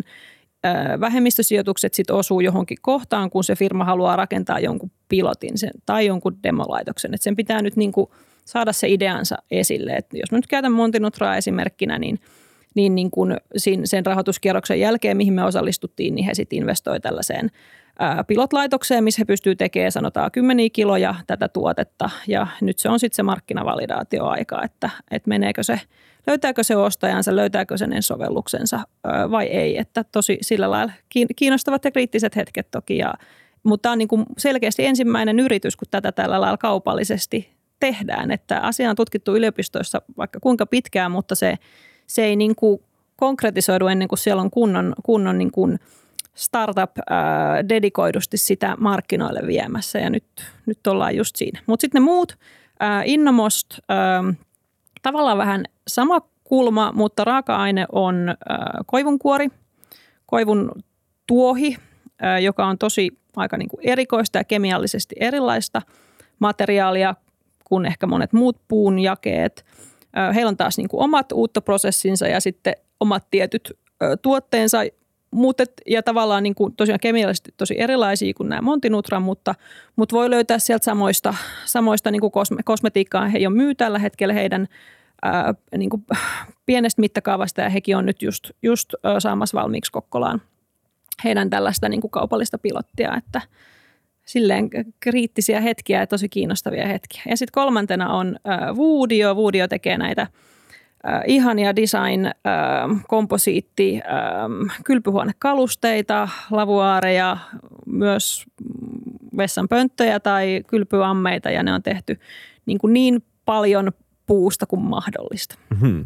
ö, vähemmistösijoitukset sit osuu johonkin kohtaan, kun se firma haluaa rakentaa jonkun pilotin sen, tai jonkun demolaitoksen. Että sen pitää nyt niin kuin saada se ideansa esille. Että jos mä nyt käytän Montinutraa esimerkkinä, niin niin, niin kuin sen rahoituskierroksen jälkeen, mihin me osallistuttiin, niin he sitten investoi tällaiseen ää, pilotlaitokseen, missä he pystyvät tekemään sanotaan kymmeniä kiloja tätä tuotetta. Ja nyt se on sitten se markkinavalidaatioaika, että, että meneekö se, löytääkö se ostajansa, löytääkö sen sovelluksensa ää, vai ei. Että tosi sillä lailla kiinnostavat ja kriittiset hetket toki. Ja, mutta tämä on niin kuin selkeästi ensimmäinen yritys, kun tätä tällä lailla kaupallisesti tehdään. Että asia on tutkittu yliopistoissa vaikka kuinka pitkään, mutta se Se ei niin kuin konkretisoidu ennen kuin siellä on kunnon, kunnon niin kuin startup ää, dedikoidusti sitä markkinoille viemässä ja nyt, nyt ollaan just siinä. Mutta sitten ne muut, ää, Innomost, ää, tavallaan vähän sama kulma, mutta raaka-aine on ää, koivunkuori, koivun tuohi, ää, joka on tosi aika niin kuin erikoista ja kemiallisesti erilaista materiaalia kuin ehkä monet muut puun jakeet. Heillä on taas niin kuin omat uuttoprosessinsa ja sitten omat tietyt ö, tuotteensa, muutet, ja tavallaan niin kuin tosiaan kemiallisesti tosi erilaisia kuin nämä Montinutra, mutta, mutta voi löytää sieltä samoista, samoista niin kuin kosme, kosmetiikkaa. He jo myy tällä hetkellä heidän ää, niin kuin pienestä mittakaavasta ja hekin on nyt just, just saamassa valmiiksi Kokkolaan heidän tällaista niin kuin kaupallista pilottia, että silleen kriittisiä hetkiä ja tosi kiinnostavia hetkiä. Ja sitten kolmantena on äh, Woodio. Woodio tekee näitä äh, ihania design, äh, komposiitti, äh, kylpyhuonekalusteita, lavuaareja, myös vessanpönttöjä tai kylpyammeita ja ne on tehty niin, kuin niin paljon puusta kuin mahdollista. Mm-hmm.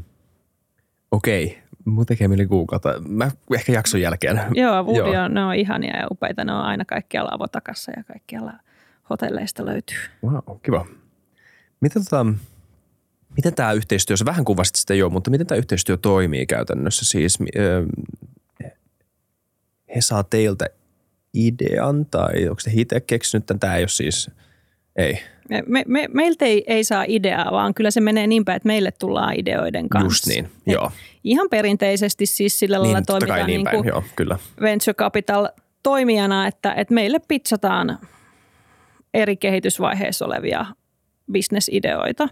Okei. Mun tekee mieli googlata. Mä ehkä jakson jälkeen. Joo, Woodio, ne on ihania ja upeita. Ne on aina kaikkialla avotakassa ja kaikkialla hotelleista löytyy. Wow, kiva. Miten, tota, miten tämä yhteistyö, sä vähän kuvasit sitä jo, mutta miten tämä yhteistyö toimii käytännössä? Siis äh, he saa teiltä idean tai onko te itse keksinyt tämän? Tämä ei ole siis, ei. Me, me, meiltä ei, ei saa ideaa, vaan kyllä se menee niin päin, että meille tullaan ideoiden kanssa. Just niin, joo. Ihan perinteisesti siis sillä lailla niin, toimitaan niin, niin kuin joo, kyllä. venture capital toimijana, että, että meille pitsataan eri kehitysvaiheissa olevia bisnesideoita.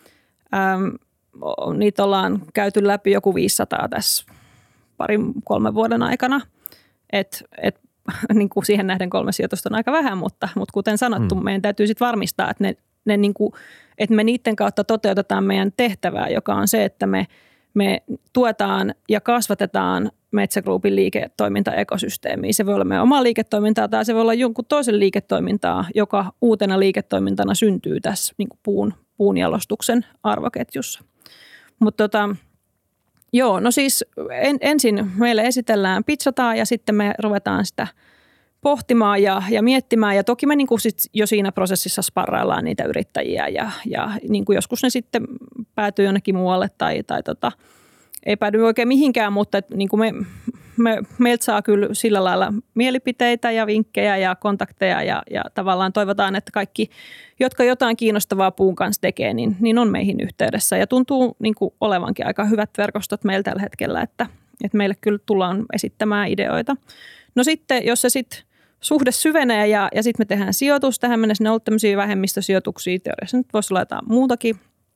Ähm, niitä ollaan käyty läpi joku viisisataa tässä parin kolmen vuoden aikana, että et, niin kuin siihen nähden kolme sijoitusta on aika vähän, mutta, mutta kuten sanottu, hmm. meidän täytyy sitten varmistaa, että, ne, ne niin kuin, että me niiden kautta toteutetaan meidän tehtävää, joka on se, että me, me tuetaan ja kasvatetaan Metsä Groupin liiketoimintaekosysteemiä. Se voi olla meidän omaa liiketoimintaa tai se voi olla jonkun toisen liiketoimintaa, joka uutena liiketoimintana syntyy tässä niin kuin puun, puun jalostuksen arvoketjussa. Mutta tota, joo, no siis en, ensin meille esitellään, pitchataan ja sitten me ruvetaan sitä pohtimaan ja, ja miettimään. Ja toki me niin kuin sit jo siinä prosessissa sparraillaan niitä yrittäjiä ja, ja niin kuin joskus ne sitten päätyy jonnekin muualle tai, tai tota, ei päädy oikein mihinkään, mutta et niin kuin me, me, meiltä saa kyllä sillä lailla mielipiteitä ja vinkkejä ja kontakteja ja, ja tavallaan toivotaan, että kaikki, jotka jotain kiinnostavaa puun kanssa tekee, niin, niin on meihin yhteydessä. Ja tuntuu niin kuin olevankin aika hyvät verkostot meillä tällä hetkellä, että, että meille kyllä tullaan esittämään ideoita. No sitten, jos se sitten suhde syvenee ja, ja sitten me tehdään sijoitus, tähän mennessä ne on ollut tämmöisiä vähemmistösijoituksia, teoriassa nyt voisi olla jotain muutakin.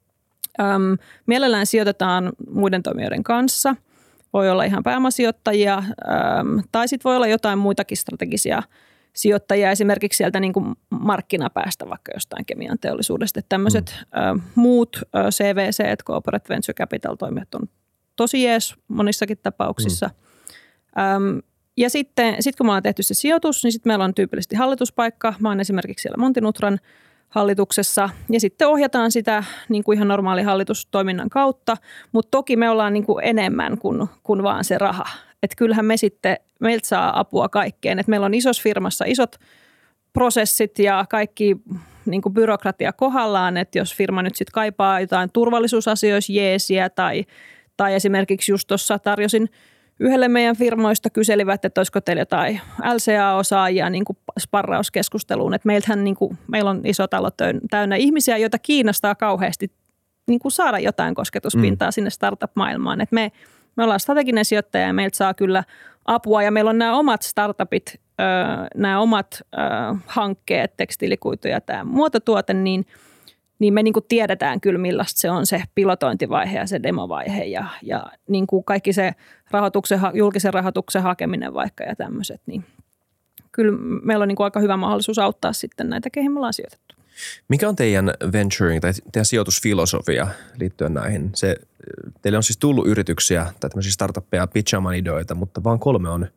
Öm, mielellään sijoitetaan muiden toimijoiden kanssa. Voi olla ihan pääomasijoittajia öm, tai sitten voi olla jotain muitakin strategisia sijoittajia, esimerkiksi sieltä niin kuin markkinapäästä vaikka jostain kemian teollisuudesta. Että tämmöiset mm. ö, muut ö, C V C, Corporate Venture Capital -toimijat on tosi jees monissakin tapauksissa. Mm. Öm, ja sitten sit kun me ollaan tehty se sijoitus, niin sitten meillä on tyypillisesti hallituspaikka. Mä oon esimerkiksi siellä Montinutran hallituksessa ja sitten ohjataan sitä niin kuin ihan normaali hallitustoiminnan kautta, mutta toki me ollaan niin kuin enemmän kuin, kuin vaan se raha. Että kyllähän me sitten, meiltä saa apua kaikkeen, että meillä on isossa firmassa isot prosessit ja kaikki niin kuin byrokratia kohdallaan, että jos firma nyt sitten kaipaa jotain turvallisuusasioissa jeesiä tai, tai esimerkiksi just tuossa tarjosin yhdelle meidän firmoista kyselivät, että olisiko teillä jotain L C A-osaajia niin kuin sparrauskeskusteluun. Että meiltähän, niin kuin, meillä on iso talo täynnä ihmisiä, joita kiinnostaa kauheasti niin kuin saada jotain kosketuspintaa mm. sinne startup-maailmaan. Että me, me ollaan strateginen sijoittaja ja meiltä saa kyllä apua. Ja meillä on nämä omat startupit, nämä omat hankkeet, tekstiilikuitu ja tämä muototuote, niin niin me niin kuin tiedetään kyllä, millaista se on se pilotointivaihe ja se demovaihe ja, ja niin kuin kaikki se rahoituksen, julkisen rahoituksen hakeminen vaikka ja tämmöiset. Niin kyllä meillä on niin kuin aika hyvä mahdollisuus auttaa sitten näitä, keihin me ollaan sijoitettu. Mikä on teidän venturing tai teidän sijoitusfilosofia liittyen näihin? Se, teille on siis tullut yrityksiä tai tämmöisiä startuppeja pitchaamaan ideoita, mutta vaan kolme on ö,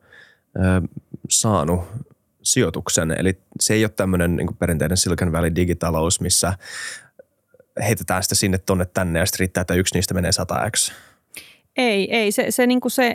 saanut sijoituksen. Eli se ei ole tämmöinen niin kuin perinteinen Silicon Valley digitalous, missä heitetään sitä sinne tonne tänne ja sitten riittää, että yksi niistä menee sata X. Ei, ei. Se, se, niin kuin se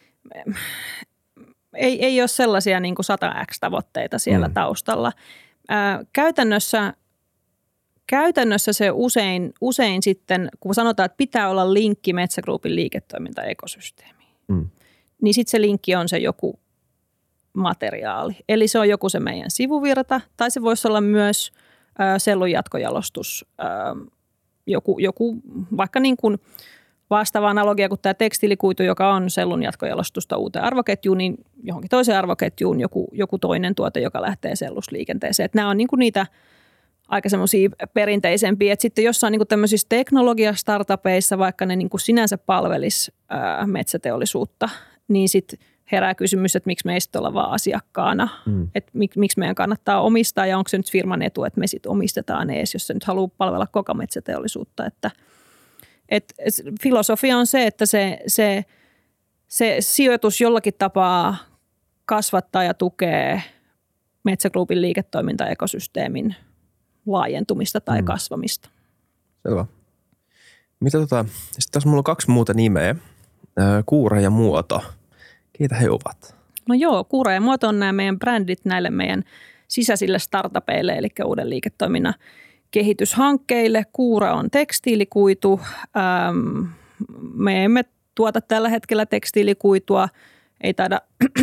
ei, ei ole sellaisia niin kuin sata X-tavoitteita siellä mm. taustalla. Ää, käytännössä, käytännössä se usein, usein sitten, kun sanotaan, että pitää olla linkki Metsä Groupin liiketoimintaekosysteemiin, mm. niin sitten se linkki on se joku materiaali. Eli se on joku se meidän sivuvirta tai se voisi olla myös ä, sellun jatkojalostus, ä, joku, joku vaikka niin kuin vastaava analogia kuin tämä tekstiilikuitu, joka on sellun jatkojalostusta uuteen arvoketjuun, niin johonkin toiseen arvoketjuun joku, joku toinen tuote, joka lähtee sellusliikenteeseen. Että nämä on niin kuin niitä aika semmoisia perinteisempiä. Että sitten jossain niin kuin tämmöisissä teknologiastartupeissa, vaikka ne niin kuin sinänsä palvelisi ää, metsäteollisuutta, niin sitten herää kysymys, että miksi me ei sitten olla vaan asiakkaana. Mm. Että mik, miksi meidän kannattaa omistaa ja onko se nyt firman etu, että me sitten omistetaan ees, jos se nyt haluaa palvella koko metsäteollisuutta. Että, et, filosofia on se, että se, se, se sijoitus jollakin tapaa kasvattaa ja tukee Metsä Groupin liiketoimintaekosysteemin laajentumista tai mm. kasvamista. Selvä. Mitä tota, sitten tässä mulla on kaksi muuta nimeä, Kuura ja Muoto. Keitä he ovat? No joo, Kuura ja Muoto on nämä meidän brändit näille meidän sisäisille startupeille, eli uuden liiketoiminnan kehityshankkeille. Kuura on tekstiilikuitu. Ähm, me emme tuota tällä hetkellä tekstiilikuitua, ei taida,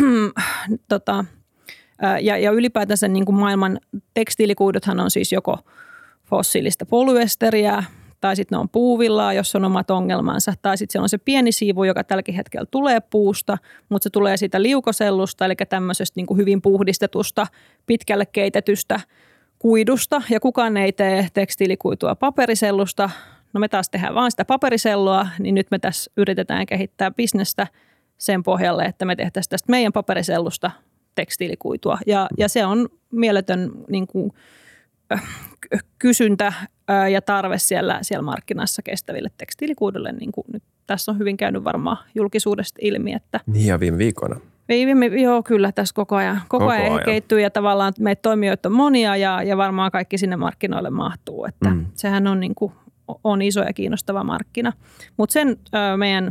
tota, ja, ja ylipäätänsä niin kuin maailman tekstiilikuiduthan on siis joko fossiilista polyesteriä, tai sitten ne on puuvillaa, jos on omat ongelmansa, tai sitten se on se pieni siivu, joka tälläkin hetkellä tulee puusta, mutta se tulee siitä liukosellusta, eli tämmöisestä niin kuin hyvin puhdistetusta, pitkälle keitetystä kuidusta, ja kukaan ei tee tekstiilikuitua paperisellusta. No me taas tehdään vaan sitä paperisellua, niin nyt me tässä yritetään kehittää bisnestä sen pohjalle, että me tehtäisiin tästä meidän paperisellusta tekstiilikuitua, ja, ja se on mieletön niin kuin, kysyntä ja tarve siellä, siellä markkinassa kestäville tekstiilikuidulle. Niin kuin nyt tässä on hyvin käynyt varmaan julkisuudesta ilmi. Että niin ja viime viikoina. Viime, joo, kyllä tässä koko ajan, koko koko ajan, ajan. kehittyy ja tavallaan meitä toimijoita on monia ja, ja varmaan kaikki sinne markkinoille mahtuu. Että mm. sehän on, niin kuin, on iso ja kiinnostava markkina. Mutta sen ö, meidän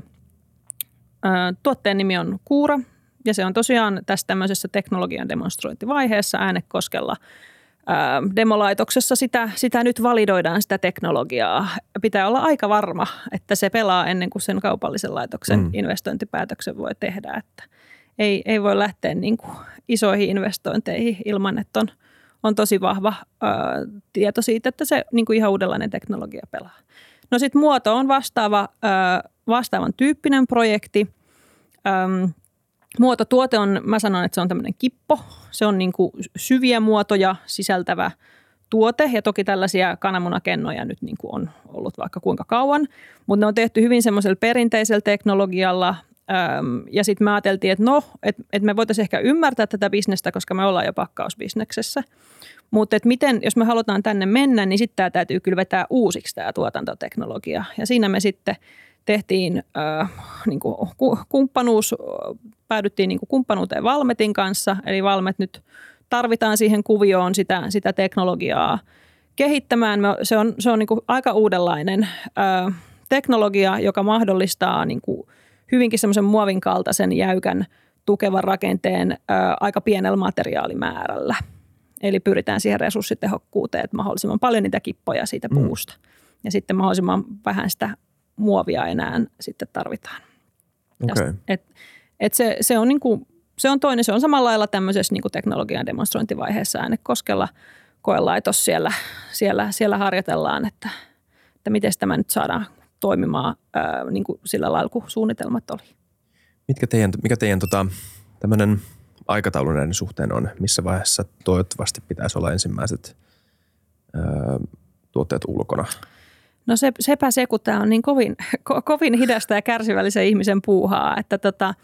ö, tuotteen nimi on Kuura ja se on tosiaan tässä tämmöisessä teknologian demonstrointivaiheessa Äänekoskella. Demolaitoksessa sitä, sitä nyt validoidaan sitä teknologiaa. Pitää olla aika varma, että se pelaa ennen kuin sen kaupallisen laitoksen mm. investointipäätöksen voi tehdä. Että ei, ei voi lähteä niin kuin isoihin investointeihin ilman, että on, on tosi vahva ää, tieto siitä, että se niin kuin ihan uudenlainen teknologia pelaa. No sitten Muoto on vastaava, ää, vastaavan tyyppinen projekti. Ähm, Muototuote on, mä sanon, että se on tämmöinen kippo. Se on niin kuin syviä muotoja sisältävä tuote ja toki tällaisia kananmunakennoja nyt niin kuin on ollut vaikka kuinka kauan, mutta ne on tehty hyvin semmoisella perinteisellä teknologialla ja sitten me ajateltiin, että no, että et me voitaisiin ehkä ymmärtää tätä bisnestä, koska me ollaan jo pakkausbisneksessä, mutta että miten, jos me halutaan tänne mennä, niin sitten tämä täytyy kyllä vetää uusiksi tämä tuotantoteknologia ja siinä me sitten tehtiin äh, niin kuin kumppanuus, päädyttiin niin kuin kumppanuuteen Valmetin kanssa, eli Valmet nyt tarvitaan siihen kuvioon sitä, sitä teknologiaa kehittämään. Se on, se on niin kuin aika uudenlainen äh, teknologia, joka mahdollistaa niin kuin hyvinkin semmoisen muovin kaltaisen jäykän tukevan rakenteen äh, aika pienellä materiaalimäärällä. Eli pyritään siihen resurssitehokkuuteen, että mahdollisimman paljon niitä kippoja siitä puusta mm. ja sitten mahdollisimman vähän sitä muovia enää sitten tarvitaan. Okay. Et, et se, se, on niinku, se on toinen, se on samalla lailla tämmöisessä niinku teknologian demonstrointivaiheessa Äänekoskella koelaitos siellä, siellä, siellä harjoitellaan, että, että miten tämä nyt saadaan toimimaan ää, niinku sillä lailla, kun suunnitelmat oli. Mitkä teidän, mikä teidän tota, tämmöinen aikataulu näiden suhteen on? Missä vaiheessa toivottavasti pitäisi olla ensimmäiset ää, tuotteet ulkona? No se, sepä se, kun tämä on niin kovin, ko, kovin hidasta ja kärsivällisen ihmisen puuhaa, että tota,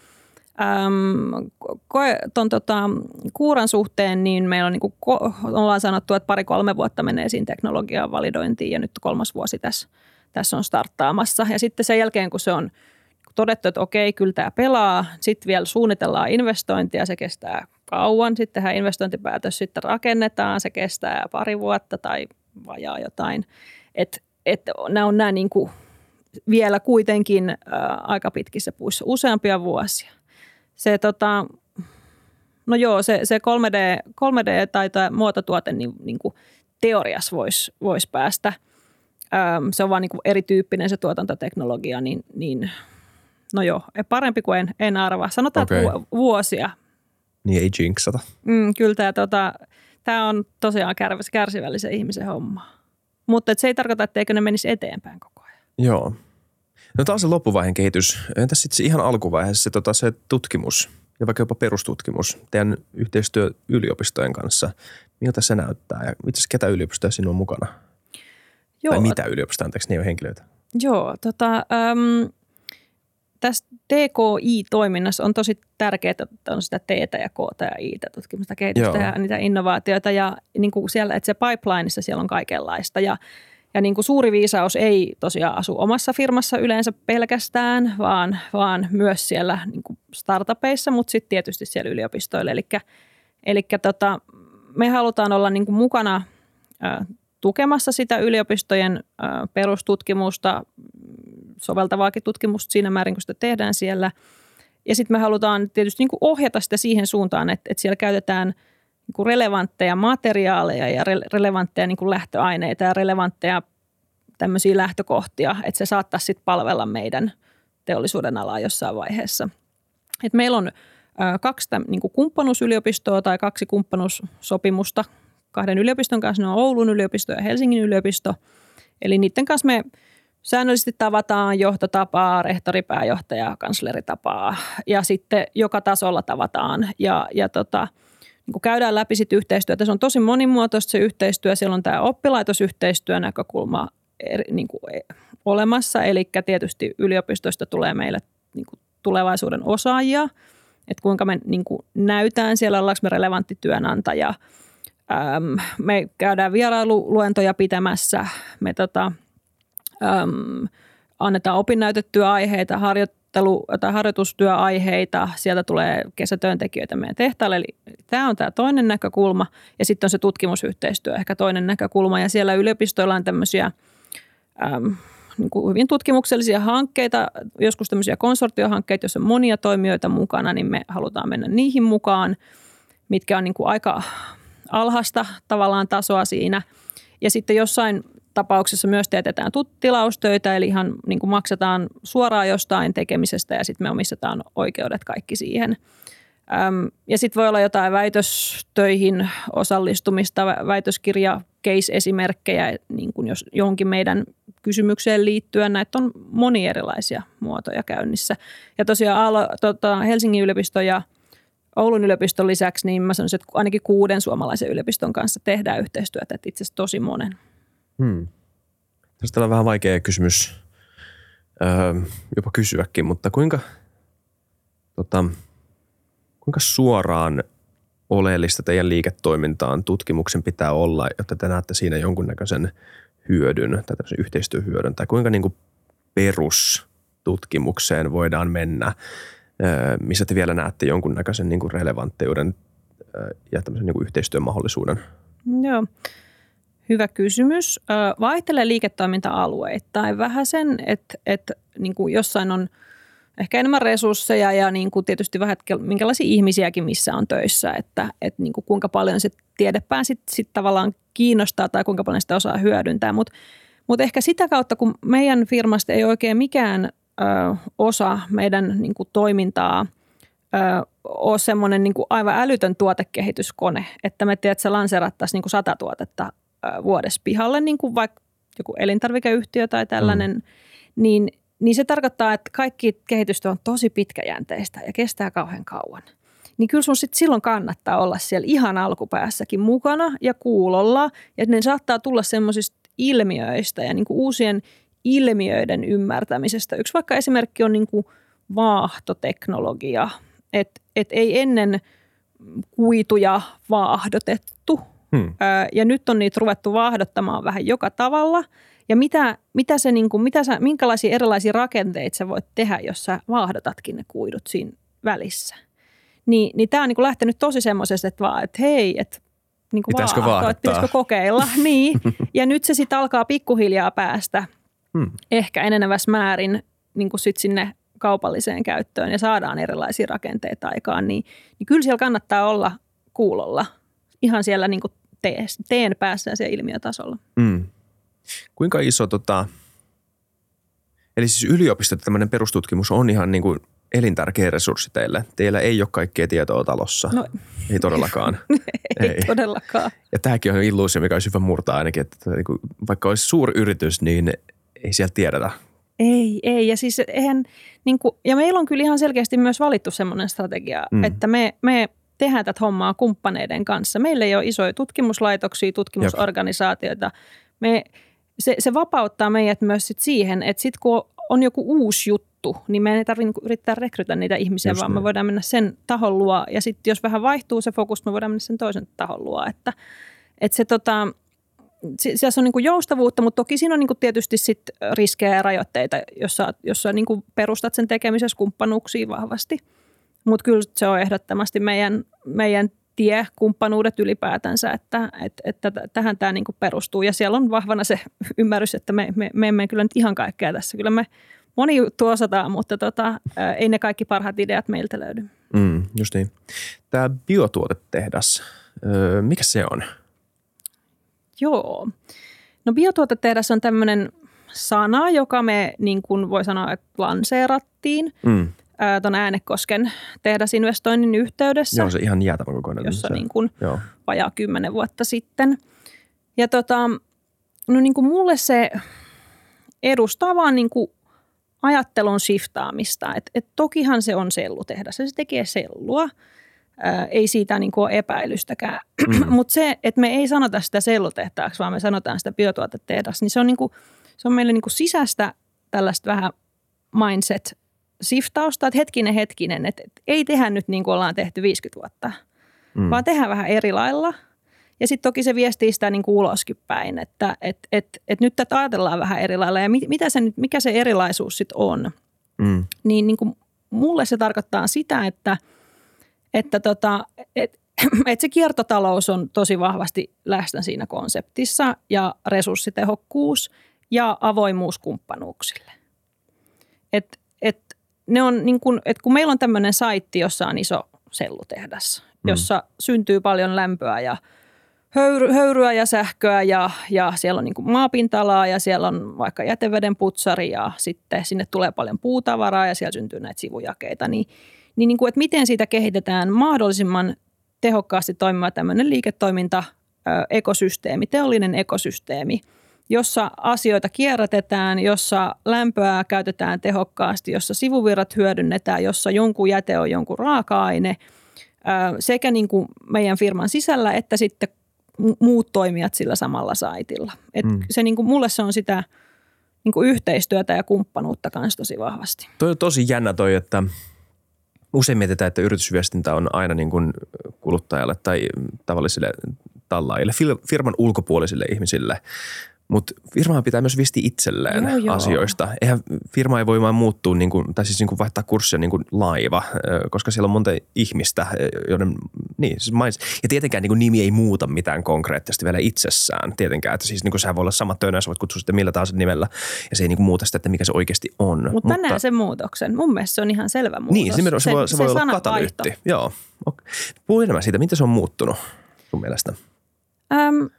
äm, koe, ton, tota, Kuuran suhteen niin meillä on, niin kuin, ko, ollaan sanottu, että pari-kolme vuotta menee siinä teknologian validointiin ja nyt kolmas vuosi tässä, tässä on starttaamassa. Ja sitten sen jälkeen, kun se on todettu, että okei, kyllä tämä pelaa, sitten vielä suunnitellaan investointia, se kestää kauan, sitten tehdään investointipäätös, sitten rakennetaan, se kestää pari vuotta tai vajaa jotain, että Että nämä on nämä niin kuin vielä kuitenkin ää, aika pitkissä puissa, useampia vuosia. Se, tota, no joo, se, se kolme D, kolme D tai tämä muototuote niin, niin kuin teoriassa voisi vois päästä. Ää, se on vaan niin kuin erityyppinen se tuotantoteknologia, niin, niin no joo, parempi kuin en, en arvaa. Sanotaan okay. vuosia. Niin ei jinxata. Mm, kyllä tämä tota, on tosiaan kärsivällisen ihmisen homma. Mutta se ei tarkoita, etteikö ne menisi eteenpäin koko ajan. Joo. No taas se loppuvaiheen kehitys. Entäs sitten se ihan alkuvaiheessa se, tota, se tutkimus ja vaikka jopa perustutkimus, teidän yhteistyö yliopistojen kanssa, miltä se näyttää ja itse asiassa ketä yliopistoja sinun on mukana? Joo. Tai mitä yliopistoja, anteeksi, ne ei ole henkilöitä? Joo, tota, äm, tässä T K I-toiminnassa on tosi tärkeää, että on sitä T:tä ja K:tä ja I:tä, tutkimusta, kehitystä Joo. ja niitä innovaatioita ja niin kuin siellä, että se pipelineissa siellä on kaikenlaista ja Ja niin kuin suuri viisaus ei tosiaan asu omassa firmassa yleensä pelkästään, vaan, vaan myös siellä niin kuin startupeissa, mutta sitten tietysti siellä yliopistoilla. Eli, eli tota, me halutaan olla niin kuin mukana ä, tukemassa sitä yliopistojen ä, perustutkimusta, soveltavaakin tutkimusta siinä määrin, kun sitä tehdään siellä. Ja sitten me halutaan tietysti niin kuin ohjata sitä siihen suuntaan, että, että siellä käytetään niin kuin relevantteja materiaaleja ja re- relevantteja niin kuin lähtöaineita ja relevantteja tämmöisiä lähtökohtia, että se saattaisi sitten palvella meidän teollisuuden alaa jossain vaiheessa. Et meillä on ö, kaksi täm, niin kuin kumppanuusyliopistoa tai kaksi kumppanuussopimusta kahden yliopiston kanssa. Ne on Oulun yliopisto ja Helsingin yliopisto. Eli niiden kanssa me säännöllisesti tavataan johtotapaa, rehtoripääjohtaja, kansleritapaa ja sitten joka tasolla tavataan ja, ja tota, niin kun käydään läpi sit yhteistyötä. Se on tosi monimuotoista se yhteistyö. Siellä on tämä oppilaitosyhteistyön näkökulma eri, niin kuin olemassa. Eli tietysti yliopistoista tulee meille niin kuin tulevaisuuden osaajia. Että kuinka me niin kuin näytään siellä, ollaanko me relevantti työnantaja. Ähm, me käydään vierailuluentoja pitämässä. Me tota, ähm, annetaan opinnäytetyöaiheita, harjoitteluja. tai harjoitustyöaiheita, sieltä tulee kesätyöntekijöitä meidän tehtaalle, eli tämä on tämä toinen näkökulma, ja sitten on se tutkimusyhteistyö, ehkä toinen näkökulma, ja siellä yliopistoilla on tämmöisiä äm, niin kuin hyvin tutkimuksellisia hankkeita, joskus tämmöisiä konsortiohankkeita, joissa on monia toimijoita mukana, niin me halutaan mennä niihin mukaan, mitkä on niin kuin aika alhaista tavallaan tasoa siinä, ja sitten jossain tapauksessa myös teetetään tilaustöitä, eli ihan niin kuin maksetaan suoraan jostain tekemisestä ja sitten me omistetaan oikeudet kaikki siihen. Öm, ja sitten voi olla jotain väitöstöihin osallistumista, väitöskirja, case-esimerkkejä niin kuin jos johonkin meidän kysymykseen liittyen. Näitä on monia erilaisia muotoja käynnissä. Ja tosiaan tota, Helsingin yliopiston ja Oulun yliopiston lisäksi, niin mä sanoisin, että ainakin kuuden suomalaisen yliopiston kanssa tehdään yhteistyötä, että itse asiassa tosi monen. Hmm. Tästä on vähän vaikea kysymys öö, jopa kysyäkin, mutta kuinka, tota, kuinka suoraan oleellista teidän liiketoimintaan tutkimuksen pitää olla, jotta te näette siinä jonkunnäköisen hyödyn tai tämmöisen yhteistyöhyödyn, tai kuinka niin kuin perustutkimukseen voidaan mennä, öö, missä te vielä näette jonkunnäköisen niin kuin relevanttiuden öö, ja tämmöisen niin kuin yhteistyön mahdollisuuden? Joo. Hyvä kysymys. Vaihtelee liiketoiminta-alueittain vähän sen, että, että niin kuin jossain on ehkä enemmän resursseja ja niin kuin tietysti vähän, että minkälaisia ihmisiäkin missä on töissä, että, että niin kuin kuinka paljon se tiedepää sitten sit tavallaan kiinnostaa tai kuinka paljon sitä osaa hyödyntää. Mutta mut ehkä sitä kautta, kun meidän firmasta ei oikein mikään ö, osa meidän niin kuin toimintaa ö, ole semmoinen niin kuin aivan älytön tuotekehityskone, että me tiedät, että se lanseerattaisiin niin kuin sata tuotetta vuodessa pihalle, niin kuin vaikka joku elintarvikeyhtiö tai tällainen, mm. niin, niin se tarkoittaa, että kaikki kehitystyö on tosi pitkäjänteistä ja kestää kauhean kauan. Niin kyllä sun sit silloin kannattaa olla siellä ihan alkupäässäkin mukana ja kuulolla, ja ne saattaa tulla semmoisista ilmiöistä ja niin kuin uusien ilmiöiden ymmärtämisestä. Yksi vaikka esimerkki on niin kuin vaahtoteknologia, että et ei ennen kuituja vaahdotettu, Hmm. Ja nyt on niitä ruvettu vaahdottamaan vähän joka tavalla. Ja mitä, mitä se, niin kuin, mitä sä, minkälaisia erilaisia rakenteita sä voit tehdä, jos sä vaahdotatkin ne kuidut siinä välissä. Niin, niin tämä on niin kuin lähtenyt tosi semmoisesta, että, vaan, että hei, että niin kuin pitäisikö vaahtoa, että pitäisikö kokeilla. Niin. Ja nyt se sitten alkaa pikkuhiljaa päästä hmm. ehkä enenevässä määrin niin kuin sit sinne kaupalliseen käyttöön ja saadaan erilaisia rakenteita aikaan. Niin, niin kyllä siellä kannattaa olla kuulolla ihan siellä niin kuin teen päässä ja siellä ilmiötasolla. Mm. Kuinka iso, tota, eli siis yliopistot, tämmöinen perustutkimus on ihan niin kuin elintärkeä resurssi teille. Teillä ei ole kaikkea tietoa talossa. No, ei todellakaan. ei, ei todellakaan. Ja tämäkin on illuusio, mikä olisi hyvä murtaa ainakin, että niin kuin, vaikka olisi suuri yritys, niin ei sieltä tiedetä Ei, ei. Ja siis eihän, niin kuin, ja meillä on kyllä ihan selkeästi myös valittu semmoinen strategia, mm. että me, me tehdään tätä hommaa kumppaneiden kanssa. Meillä ei ole isoja tutkimuslaitoksia, tutkimusorganisaatioita. Me, se, se vapauttaa meidät myös sit siihen, että sitten kun on joku uusi juttu, niin me ei tarvitse yrittää rekrytä niitä ihmisiä, just vaan niin. Me voidaan mennä sen tahon luo. Ja sitten jos vähän vaihtuu se fokus, me voidaan mennä sen toisen tahon luo. Että, että se tota... Siellä on niin kuin joustavuutta, mutta toki siinä on niin kuin tietysti sit riskejä ja rajoitteita, jossa, jossa niin kuin perustat sen tekemisessä kumppanuuksiin vahvasti. Mutta kyllä se on ehdottomasti meidän, meidän tie, kumppanuudet ylipäätänsä, että, että, että tähän tämä niin kuin perustuu. Ja siellä on vahvana se ymmärrys, että me, me, me emme kyllä nyt ihan kaikkea tässä. Kyllä me moni juttu osataan, mutta tota, ei ne kaikki parhaat ideat meiltä löydy. Mm, just niin. Tämä biotuotetehdas, mikä se on? Joo. No biotuotetehdas on tämmöinen sana, joka me niin kuin voi sanoa, että lanseerattiin mm. tuon Äänekosken tehdasinvestoinnin yhteydessä. Joo, se ihan jäätävän kokoinen. Jossa niin kuin vajaa kymmenen vuotta sitten. Ja tota, no niin kuin mulle se edustaa vaan niin kuin ajattelun shiftaamista. Et, et tokihan se on sellutehdas, se tekee sellua. Ää, ei siitä niin kuin ole epäilystäkään. Mm. Mutta se, että me ei sanota sitä sellutehtaaksi, vaan me sanotaan sitä biotuotetehdas, niin se on, niin kuin, se on meille niin kuin sisäistä tällaista vähän mindset-shiftausta, että hetkinen, hetkinen, että ei tehdä nyt niin kuin ollaan tehty viisikymmentä vuotta, mm. vaan tehdään vähän eri lailla. Ja sitten toki se viestii sitä niin kuin uloskin päin, että et, et, et nyt tätä ajatellaan vähän eri lailla. Ja mit, mitä se, mikä se erilaisuus sitten on, mm. niin, niin kuin mulle se tarkoittaa sitä, että Että tota, et, et se kiertotalous on tosi vahvasti läsnä siinä konseptissa ja resurssitehokkuus ja avoimuus kumppanuuksille. Et, et ne on niin kun, et kun meillä on tämmöinen saitti, jossa on iso sellutehdas, mm. jossa syntyy paljon lämpöä ja höyry, höyryä ja sähköä ja, ja siellä on niin kuin maapinta-alaa ja siellä on vaikka jäteveden putsari ja sitten sinne tulee paljon puutavaraa ja siellä syntyy näitä sivujakeita, niin Niin, niin kuin, että miten siitä kehitetään mahdollisimman tehokkaasti toimiva tämmöinen liiketoiminta-ekosysteemi, teollinen ekosysteemi, jossa asioita kierrätetään, jossa lämpöä käytetään tehokkaasti, jossa sivuvirrat hyödynnetään, jossa jonkun jäte on jonkun raaka-aine sekä niin kuin meidän firman sisällä että sitten muut toimijat sillä samalla saitilla. Et mm. se, niin kuin, mulle se on sitä niin kuin yhteistyötä ja kumppanuutta kanssa tosi vahvasti. Toi on tosi jännä toi, että usein mietitään, että yritysviestintä on aina niin kuin kuluttajalle tai tavallisille tallaajille, firman ulkopuolisille ihmisille. Mutta firmaa pitää myös viestiä itselleen joo, joo. asioista. Eihän firma ei voi vaan muuttua, niin kuin, tai siis niin kuin vaihtaa kurssia niin kuin laiva, koska siellä on monta ihmistä, joiden, niin siis mains, ja tietenkään niin kuin nimi ei muuta mitään konkreettisesti vielä itsessään. Tietenkään, että siis niin kuin sehän voi olla sama tönä, sä voit kutsua sitä millä tahansa nimellä, ja se ei niin kuin muuta sitä, että mikä se oikeasti on. Mut Mutta mä näen sen muutoksen. Mun mielestä se on ihan selvä muutos. Niin, se, se, se voi, se voi se olla katalyytti. Joo. Puhu enemmän siitä, miten se on muuttunut sun mielestä? Öm.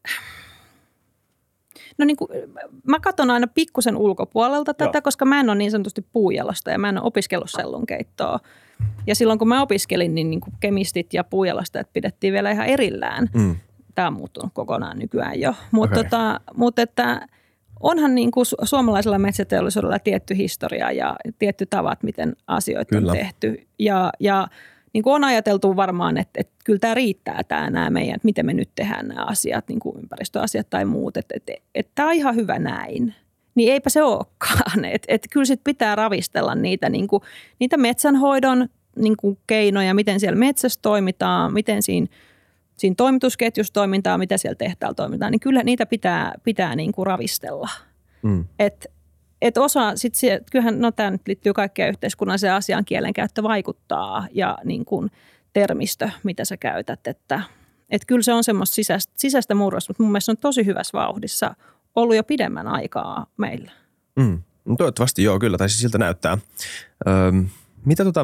No niin kuin, mä katson aina pikkusen ulkopuolelta tätä, Joo. koska mä en ole niin sanotusti puujalosta ja mä en ole opiskellut sellunkeittoa. Ja silloin kun mä opiskelin, niin, niin kuin kemistit ja puujalostajat pidettiin vielä ihan erillään. Mm. Tämä on muuttunut kokonaan nykyään jo. Mutta okay. tota, mut että onhan niin kuin suomalaisella metsäteollisuudella tietty historia ja tietty tavat, miten asioita Kyllä. on tehty. Ja, ja niin kuin on ajateltu varmaan, että, että kyllä tämä riittää tämä nämä meidän, että miten me nyt tehdään nämä asiat, niin kuin ympäristöasiat tai muut, että, että, että tämä on ihan hyvä näin. Niin eipä se olekaan. Että, että kyllä sit pitää ravistella niitä, niin kuin, niitä metsänhoidon niin kuin keinoja, miten siellä metsässä toimitaan, miten siinä, siinä toimitusketjussa toimitaan, mitä siellä tehtaalla toimitaan, niin kyllä niitä pitää, pitää niin kuin ravistella. Mm. Että Että osa, sit se, kyllähän, no tämä nyt liittyy kaikkeen yhteiskunnalliseen asiaan, kielenkäyttö vaikuttaa ja niin kuin termistö, mitä sä käytät. Että et kyllä se on semmoista sisäistä, sisäistä murrosta, mutta mun mielestä se on tosi hyvässä vauhdissa ollut jo pidemmän aikaa meillä. Mm. No toivottavasti joo, kyllä, tai siis siltä näyttää. Öö, mitä tota,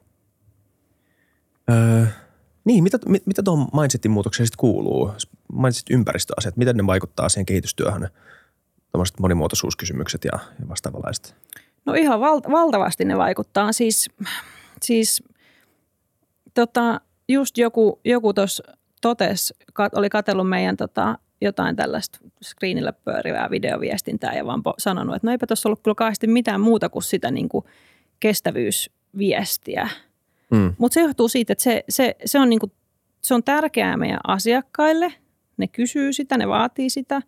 öö, niin, mitä, mit, mitä tuohon mindsetin muutokseen sitten kuuluu? Mainitsit ympäristöasiat, miten ne vaikuttaa siihen kehitystyöhön? Tuommoiset monimuotoisuuskysymykset ja, ja vastaavanlaiset? No ihan val, valtavasti ne vaikuttaa. Siis, siis tota, just joku, joku tuossa totesi, kat, oli katsellut meidän tota, jotain tällaista screenillä pyörivää videoviestintää ja vaan sanonut, että no eipä tuossa ollut kyllä kauheasti mitään muuta kuin sitä niin kuin kestävyysviestiä. Mm. Mutta se johtuu siitä, että se, se, se, on niin kuin, se on tärkeää meidän asiakkaille. Ne kysyy sitä, ne vaatii sitä.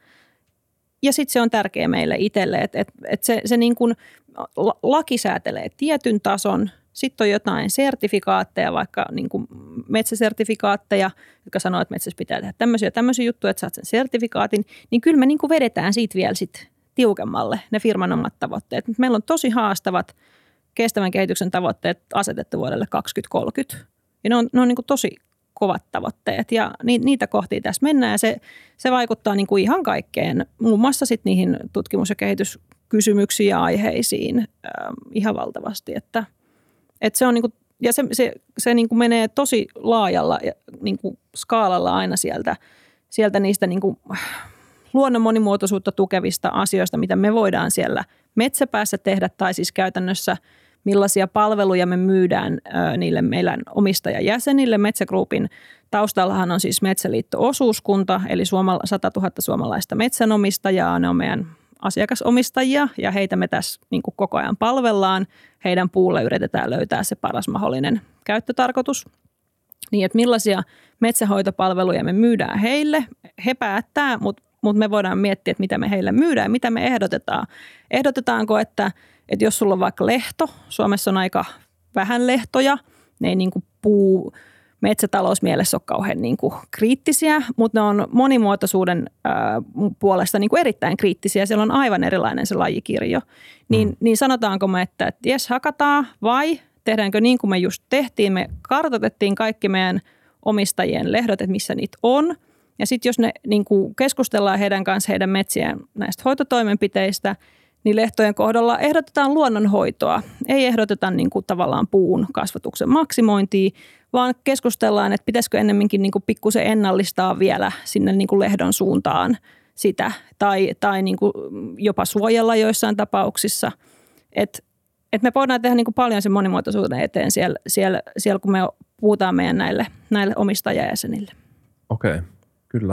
Ja sitten se on tärkeää meille itselle, että et, et se, se niin kuin laki säätelee tietyn tason. Sitten on jotain sertifikaatteja, vaikka niin kuin metsäsertifikaatteja, jotka sanoo, että metsässä pitää tehdä tämmöisiä tämmöisiä juttuja, että saat sen sertifikaatin. Niin kyllä me niin kuin vedetään siitä vielä sit tiukemmalle ne firman omat tavoitteet. Meillä on tosi haastavat kestävän kehityksen tavoitteet asetettu vuodelle kaksituhattakolmekymmentä. Ja ne on, ne on niin kuin tosi kovat tavoitteet ja niitä kohti tässä mennään ja se, se vaikuttaa niin kuin ihan kaikkeen, muun muassa sit niihin tutkimus- ja kehityskysymyksiin ja aiheisiin äh, ihan valtavasti. Että, että se on niin kuin, ja se, se, se niin kuin menee tosi laajalla ja niin kuin skaalalla aina sieltä, sieltä niistä niin kuin luonnon monimuotoisuutta tukevista asioista, mitä me voidaan siellä metsäpäässä tehdä tai siis käytännössä millaisia palveluja me myydään ö, niille meidän omistajajäsenille. Metsä Groupin taustallahan on siis Metsäliitto-osuuskunta, eli suoma, sata tuhatta suomalaista metsänomistajaa. Ne on meidän asiakasomistajia ja heitä me tässä niin kuin koko ajan palvellaan. Heidän puulle yritetään löytää se paras mahdollinen käyttötarkoitus. Niin, että millaisia metsähoitopalveluja me myydään heille. He päättää, mutta mut me voidaan miettiä, että mitä me heille myydään ja mitä me ehdotetaan. Ehdotetaanko, että Että jos sulla on vaikka lehto, Suomessa on aika vähän lehtoja, ne ei niin kuin puu metsätalousmielessä ole kauhean niin kuin kriittisiä, mutta ne on monimuotoisuuden ää, puolesta niin kuin erittäin kriittisiä. Siellä on aivan erilainen se lajikirjo. Niin, mm. niin sanotaanko me, että, että jes hakataan vai tehdäänkö niin kuin me just tehtiin. Me kartoitettiin kaikki meidän omistajien lehdot, että missä niitä on. Ja sitten jos ne niin kuin keskustellaan heidän kanssa heidän metsien näistä hoitotoimenpiteistä, niin lehtojen kohdalla ehdotetaan luonnonhoitoa. Ei ehdoteta niin kuin tavallaan puun kasvatuksen maksimointia, vaan keskustellaan, että pitäisikö ennemminkin niin kuin pikkusen ennallistaa vielä sinne niin kuin lehdon suuntaan sitä tai, tai niin kuin jopa suojella joissain tapauksissa. Et, et me voidaan tehdä niin kuin paljon sen monimuotoisuuden eteen siellä, siellä, siellä kun me puhutaan meidän näille, näille omistajajäsenille. Okei, okay, kyllä.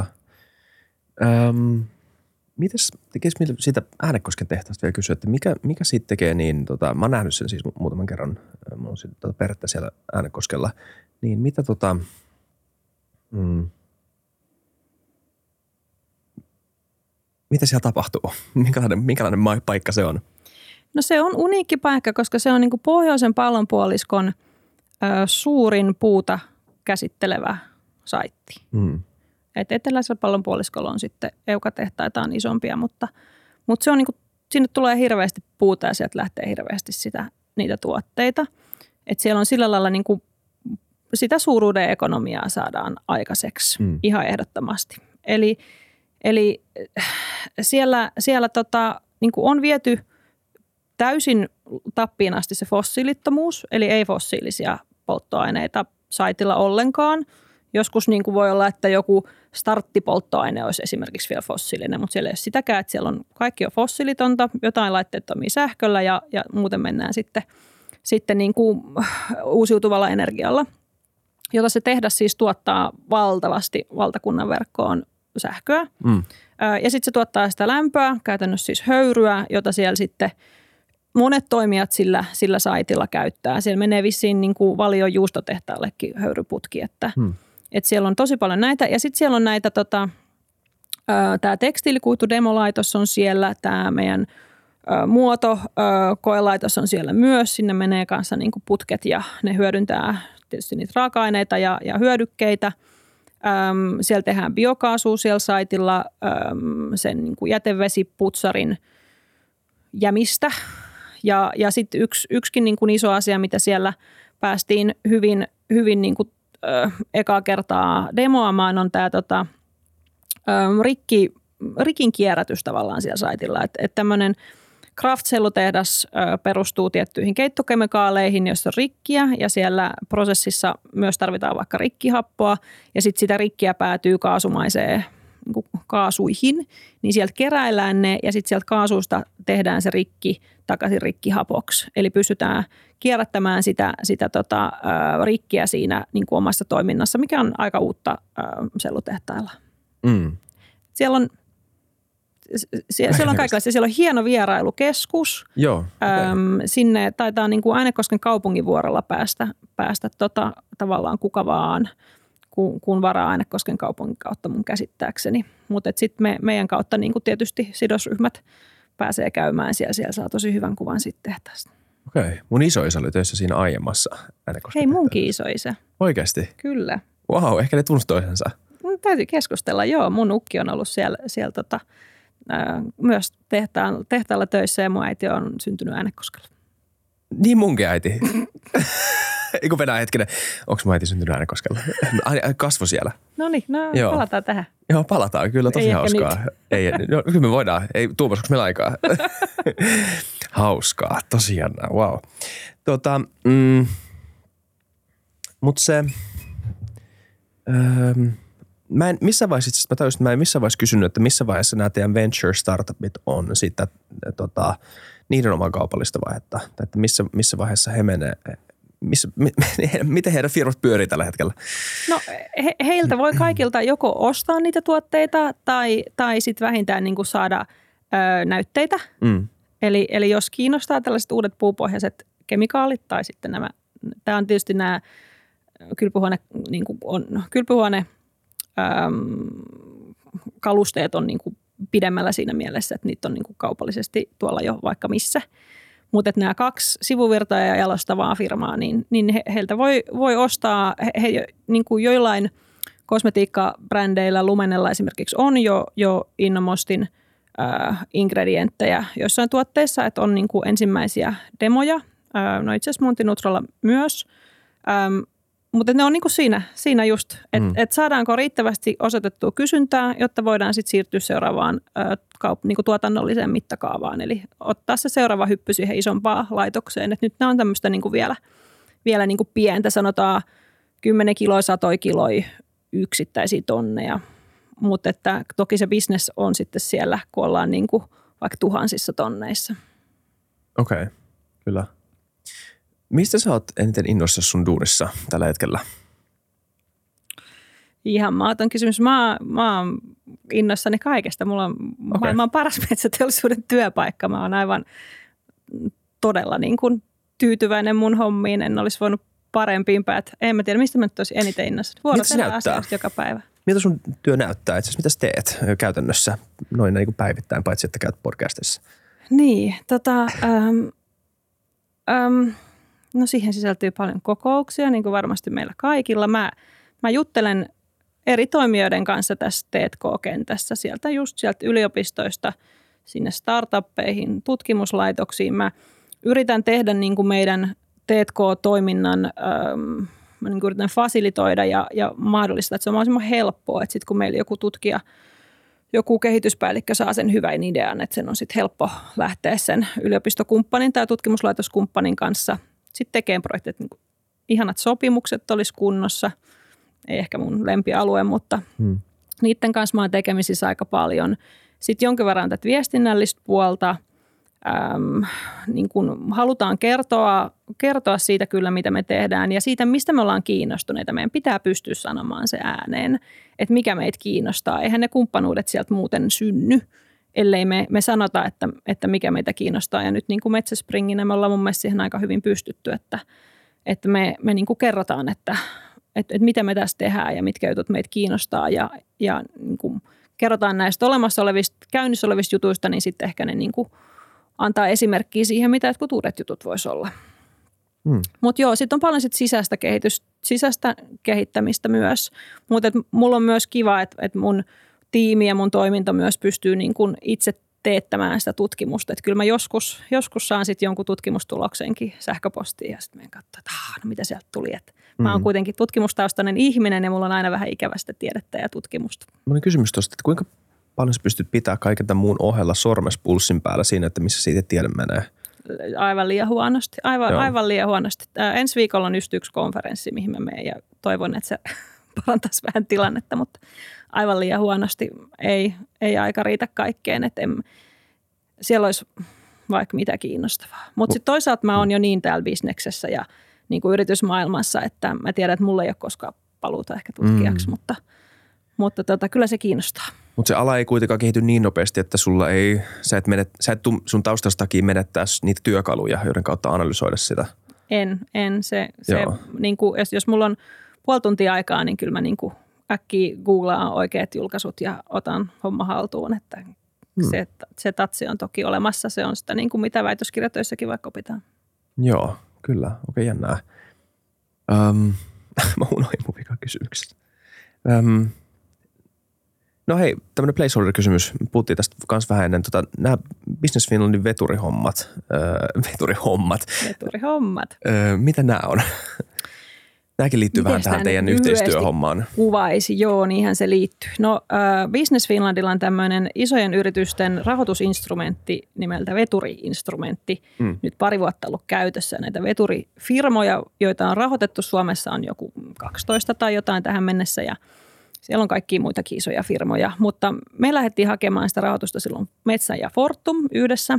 Öm. Mites tekisi siitä Äänekosken tehtaasta vielä kysyä, että mikä, mikä siitä tekee niin, tota, mä oon nähnyt sen siis muutaman kerran, mä oon tota perhettä siellä Äänekoskella, niin mitä tota, mm, mitä siellä tapahtuu? Minkälainen, minkälainen paikka se on? No se on uniikki paikka, koska se on niin kuin pohjoisen pallonpuoliskon ö, suurin puuta käsittelevä saitti. Mm. Et eteläisellä pallonpuoliskolla on sitten eukatehtaita on isompia, mutta, mutta se on niin kuin, sinne tulee hirveästi puuta ja sieltä lähtee hirveästi sitä, niitä tuotteita. Et siellä on sillä lailla niin kuin, sitä suuruuden ekonomiaa saadaan aikaiseksi mm. ihan ehdottomasti. Eli, eli siellä, siellä tota, niin kuin on viety täysin tappiin asti se fossiilittomuus, eli ei fossiilisia polttoaineita saitilla ollenkaan. Joskus niin kuin voi olla, että joku starttipolttoaine olisi esimerkiksi vielä fossiilinen, mutta siellä ei ole sitäkään, että siellä on kaikki on fossiilitonta, jotain laitteet toimii sähköllä ja, ja muuten mennään sitten, sitten niin kuin uusiutuvalla energialla, jota se tehdas siis tuottaa valtavasti valtakunnan verkkoon sähköä. Mm. Ja sitten se tuottaa sitä lämpöä, käytännössä siis höyryä, jota siellä sitten monet toimijat sillä, sillä saitilla käyttää. Siellä menee vissiin niin kuin Valion juustotehtaallekin höyryputki, että hmm. että siellä on tosi paljon näitä. Ja sitten siellä on näitä, tota, tämä tekstiilikuitudemolaitos on siellä, tämä meidän ö, muoto, ö, koelaitos on siellä myös. Sinne menee kanssa niin kuin putket ja ne hyödyntää tietysti niitä raaka-aineita ja, ja hyödykkeitä. Öm, siellä tehdään biokaasua siellä saitilla, öm, sen niin kuin jätevesiputsarin jämistä. Ja, ja sitten yksi, yksikin niin kuin iso asia, mitä siellä päästiin hyvin, hyvin niin kuin, ö, ekaa kertaa demoamaan, on tämä tota, rikki, rikin kierrätys tavallaan siellä saitilla. Että et tämmöinen Kraft-sellutehdas ö, perustuu tiettyihin keittokemikaaleihin, joissa on rikkiä ja siellä prosessissa myös tarvitaan vaikka rikkihappoa ja sitten sitä rikkiä päätyy kaasumaiseen kaasuihin, niin sieltä keräillään ne ja sitten sieltä kaasusta tehdään se rikki takaisin rikkihapoksi. Eli pystytään kierrättämään sitä, sitä tota, ä, rikkiä siinä niin kuin omassa toiminnassa, mikä on aika uutta ä, sellutehtailla. Mm. siellä on, sie, siellä on kaikenlaisia. Siellä on hieno vierailukeskus. Joo. Okay. Öm, sinne taitaa niin kuin Äänekosken kaupunginvuorolla päästä, päästä tota, tavallaan kuka vaan, kun, kun varaa Äänekosken kaupungin kautta mun käsittääkseni. Mutta sitten me, meidän kautta niin kuin tietysti sidosryhmät pääsee käymään siellä. Siellä saa tosi hyvän kuvan sitten tehtävästä. Okei. Okay. Mun isoisä oli töissä siinä aiemmassa Äänekosken. Hei, munkin isoisä. Oikeasti? Kyllä. Wow, ehkä ne tunsi toisensa. No, täytyy keskustella. Joo, mun ukki on ollut siellä, siellä tota, ää, myös tehtaan, tehtaalla töissä ja mun äiti on syntynyt Äänekoskella. Niin munkin äiti. Eiku venää hetkinen. Onko mun äiti syntynyt Äänekoskella? Kasvo siellä. No niin, no Joo. palataan tähän. Joo, palataan. Kyllä tosi Ei hauskaa. Ei, no, kyllä me voidaan. Ei, Tuomas, onko meillä aikaa? Hauskaa. Tosi jännää. Wow. Tota, mm, mutta se... Öö, mä en missä vaiheessa, mä tajusin, mä en missä vaiheessa kysynyt, että missä vaiheessa nämä teidän venture startupit on siitä, tota, niiden omaa kaupallista vaihetta. Tai että missä, missä vaiheessa he menee, missä, mi, miten heidän firmat pyörii tällä hetkellä? No he, heiltä voi kaikilta joko ostaa niitä tuotteita tai, tai sitten vähintään niin kuin saada ö, näytteitä. Mm. Eli, eli jos kiinnostaa tällaiset uudet puupohjaiset kemikaalit tai sitten nämä, tämä on tietysti nämä kylpyhuone, niin kuin on, kylpyhuone äm, kalusteet on niin kuin pidemmällä siinä mielessä, että niitä on niin kuin kaupallisesti tuolla jo vaikka missä. Mutta nämä kaksi sivuvirtaa ja jalostavaa firmaa, niin, niin he, heiltä voi, voi ostaa, he, he niin kuin joillain kosmetiikkabrändeillä, Lumenella esimerkiksi on jo, jo Innomostin äh, ingredienttejä joissain tuotteissa, että on niin kuin ensimmäisiä demoja, äh, no itse asiassa Montinutralla myös, ähm, mutta ne on niin kuin siinä, siinä just, että mm. et saadaanko riittävästi osoitettua kysyntää, jotta voidaan sitten siirtyä seuraavaan ö, kaup- niin kuin tuotannolliseen mittakaavaan. Eli ottaa se seuraava hyppy siihen isompaan laitokseen. Et nyt nämä on tämmöistä niin kuin vielä, vielä niin kuin pientä, sanotaan kymmenen kiloa, satoi kiloja, yksittäisiä tonneja. Mutta että toki se business on sitten siellä, kun ollaan niin kuin vaikka tuhansissa tonneissa. Okei, okay, kyllä. Mistä sä oot eniten innoissa sun duunissa tällä hetkellä? Ihan maaton kysymys. Mä, mä oon innoissani kaikesta. Mulla on okay. maailman paras metsäteollisuuden työpaikka. Mä oon aivan todella niin kuin tyytyväinen mun hommiin. En olisi voinut parempiin päät. En mä tiedä, mistä mä nyt olisi eniten innoissa. Vuorotella asioista joka päivä. Miltä sun työ näyttää? Itse asiassa mitä sä teet käytännössä noin niin kuin päivittäin, paitsi että käyt podcastissa? Niin, tota... Ähm, ähm, No siihen sisältyy paljon kokouksia, niin kuin varmasti meillä kaikilla. Mä, mä juttelen eri toimijoiden kanssa tässä T and K-kentässä, sieltä just sieltä yliopistoista sinne startuppeihin, tutkimuslaitoksiin. Mä yritän tehdä niin kuin meidän T and K-toiminnan, ähm, mä niin kuin yritän fasilitoida ja, ja mahdollistaa, että se on mahdollisimman helppoa, että sitten kun meillä joku tutkija, joku kehityspäällikkö saa sen hyvän idean, että sen on sitten helppo lähteä sen yliopistokumppanin tai tutkimuslaitoskumppanin kanssa sitten tekee projektit, että niin ihanat sopimukset olisi kunnossa. Ei ehkä mun lempialue, mutta hmm. niiden kanssa mä oon tekemisissä aika paljon. Sitten jonkin verran tätä viestinnällistä puolta. Äm, niin kun halutaan kertoa, kertoa siitä kyllä, mitä me tehdään ja siitä, mistä me ollaan kiinnostuneita. Meidän pitää pystyä sanomaan se ääneen, että mikä meitä kiinnostaa. Eihän ne kumppanuudet sieltä muuten synny, ellei me, me sanota, että, että mikä meitä kiinnostaa. Ja nyt niin kuin Metsäspringinä me ollaan mun mielestä siihen aika hyvin pystytty, että, että me, me niin kuin kerrotaan, että, että, että mitä me tässä tehdään ja mitkä jutut meitä kiinnostaa. Ja, ja niin kuin kerrotaan näistä olemassa olevista, käynnissä olevista jutuista, niin sitten ehkä ne niin kuin antaa esimerkkiä siihen, mitä jotkut uudet jutut voisi olla. Hmm. Mutta joo, sitten on paljon sit sisäistä, kehitys, sisäistä kehittämistä myös. Mutta mulla on myös kiva, että et mun tiimi ja mun toiminta myös pystyy niin kun itse teettämään sitä tutkimusta. Että kyllä mä joskus, joskus saan sitten jonkun tutkimustuloksenkin sähköpostiin ja sitten menen katsomaan, että ah, no mitä sieltä tuli. Et hmm. Mä oon kuitenkin tutkimustaustainen ihminen ja mulla on aina vähän ikävästä tiedettä ja tutkimusta. Mä olin kysymys tuosta, että kuinka paljon sä pystyt pitämään kaiken tämän muun ohella sormes pulssin päällä siinä, että missä siitä tiede menee? Aivan liian huonosti. Aivan, aivan liian huonosti. Ää, ensi viikolla on just yksi konferenssi, mihin mä menen ja toivon, että se parantaisi vähän tilannetta, mutta aivan liian huonosti. Ei, ei aika riitä kaikkeen, että en, siellä olisi vaikka mitä kiinnostavaa. Mutta sitten toisaalta mä oon jo niin täällä bisneksessä ja niin kuin yritysmaailmassa, että mä tiedän, että mulla ei ole koskaan paluuta ehkä tutkijaksi, mm. mutta Mutta tota, kyllä se kiinnostaa. Mutta se ala ei kuitenkaan kehity niin nopeasti, että sulla ei, sä et, menet, sä et sun taustastakin menettäisi niitä työkaluja, joiden kautta analysoida sitä. En, en. Se, se, niin kuin, jos mulla on puoli tuntia aikaa, niin kyllä mä niin kuin äkkiä googlaan oikeat julkaisut ja otan homma haltuun. Että hmm. se, se tatsi on toki olemassa. Se on sitä, niin kuin mitä väitöskirjatöissäkin vaikka opitaan. Joo, kyllä. Okei, okay, jännää. Um, mä unohdin mun vikaa kysymyksestä. Um, no hei, tämmöinen placeholder-kysymys. Puhuttiin tästä kans vähän ennen. Tota, nämä Business Finlandin veturihommat. Öö, veturihommat. Veturihommat. Öö, mitä nämä on? Nämäkin liittyy Miten vähän tähän teidän yhteistyöhommaan. Kuvaisi, joo, niinhän se liittyy. No äh, Business Finlandilla on tämmöinen isojen yritysten rahoitusinstrumentti nimeltä veturiinstrumentti. Mm. Nyt pari vuotta ollut käytössä. Näitä veturifirmoja, joita on rahoitettu Suomessa on joku kaksitoista tai jotain tähän mennessä ja siellä on kaikkia muitakin isoja firmoja. Mutta me lähdettiin hakemaan sitä rahoitusta silloin Metsä ja Fortum yhdessä.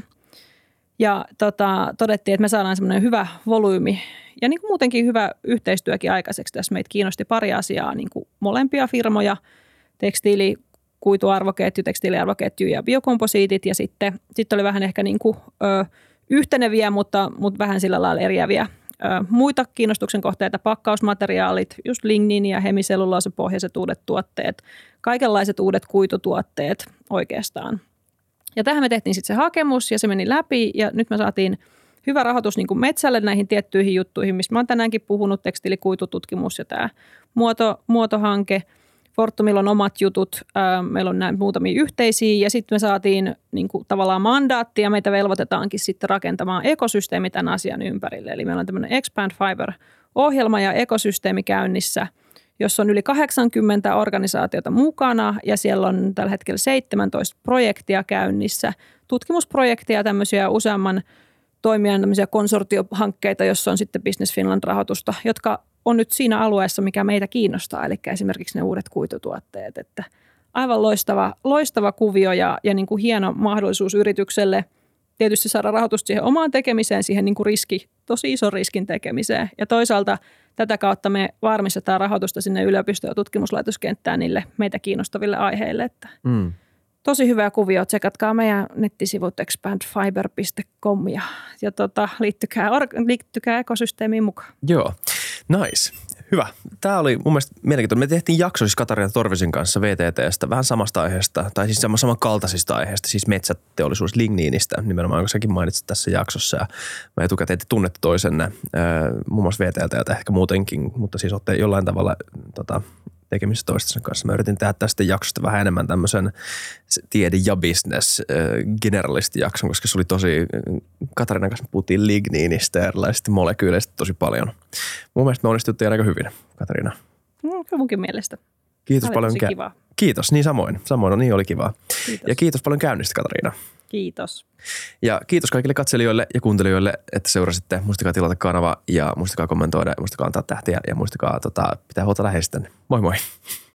Ja tota, todettiin, että me saadaan semmoinen hyvä volyymi ja niin kuin muutenkin hyvä yhteistyökin aikaiseksi. Tässä meitä kiinnosti pari asiaa, niin kuin molempia firmoja, tekstiili, kuituarvoketju, tekstiiliarvoketju ja biokomposiitit. Ja sitten, sitten oli vähän ehkä niin kuin, ö, yhteneviä, mutta, mutta vähän sillä lailla eriäviä ö, muita kiinnostuksen kohteita, pakkausmateriaalit, just ligniini ja hemiselluloosapohjaiset uudet tuotteet, kaikenlaiset uudet kuitutuotteet oikeastaan. Ja tähän me tehtiin sitten se hakemus ja se meni läpi ja nyt me saatiin hyvä rahoitus niin kuin Metsälle näihin tiettyihin juttuihin, mistä mä oon tänäänkin puhunut, tekstiilikuitututkimus ja tämä muoto, muotohanke. Fortumilla on omat jutut, meillä on näin muutamia yhteisiä ja sitten me saatiin niin kuin tavallaan mandaatti ja meitä velvoitetaankin sitten rakentamaan ekosysteemi tämän asian ympärille. Eli meillä on tämmöinen Expand Fiber-ohjelma ja ekosysteemi käynnissä, jossa on yli kahdeksankymmentä organisaatiota mukana ja siellä on tällä hetkellä seitsemäntoista projektia käynnissä. Tutkimusprojekteja, tämmöisiä useamman toimijan tämmöisiä konsortiohankkeita, jossa on sitten Business Finland-rahoitusta, jotka on nyt siinä alueessa, mikä meitä kiinnostaa, eli esimerkiksi ne uudet kuitutuotteet. Että aivan loistava, loistava kuvio ja, ja niin kuin hieno mahdollisuus yritykselle tietysti saada rahoitusta siihen omaan tekemiseen, siihen niin kuin riski, tosi ison riskin tekemiseen. Ja toisaalta tätä kautta me varmistetaan rahoitusta sinne yliopisto- ja tutkimuslaitoskenttään niille meitä kiinnostaville aiheille. Että mm. Tosi hyvä kuvio. Tsekatkaa meidän nettisivut expand fiber piste com ja, ja tota, liittykää, liittykää ekosysteemiin mukaan. Joo, nice. Hyvä. Tämä oli mun mielestä mielenkiintoinen. Me tehtiin jakso siis Katariina Torvisen kanssa V T T:stä, vähän samasta aiheesta, tai siis samankaltaisista aiheesta, siis metsäteollisuus ligniinistä, nimenomaan, kun säkin mainitsit tässä jaksossa. Ja mä etukäteen tunnette toisenne, muun muassa V T L:tä ja ehkä muutenkin, mutta siis olette jollain tavalla tota, tekemisissä toistensa kanssa. Mä yritin tehdä tästä jaksosta vähän enemmän tämmöisen tiede- ja business generalisti-jakson, koska se oli tosi, Katariinan kanssa me puhuttiin ligniinistä ja erilaisista molekyyleistä tosi paljon. Mun mielestä me onnistuttiin aika hyvin, Katariina. Mm, kyllä munkin mielestä. Kiitos oli paljon. Tosi kiva. Kiitos, niin samoin. Samoin on, niin oli kiva. Kiitos. Ja kiitos paljon käynnistä, Katariina. Kiitos. Ja kiitos kaikille katselijoille ja kuuntelijoille, että seurasitte. Muistakaa tilata kanava ja muistakaa kommentoida, muistakaa antaa tähtiä ja muistakaa tota, pitää huolta läheisten. Moi moi.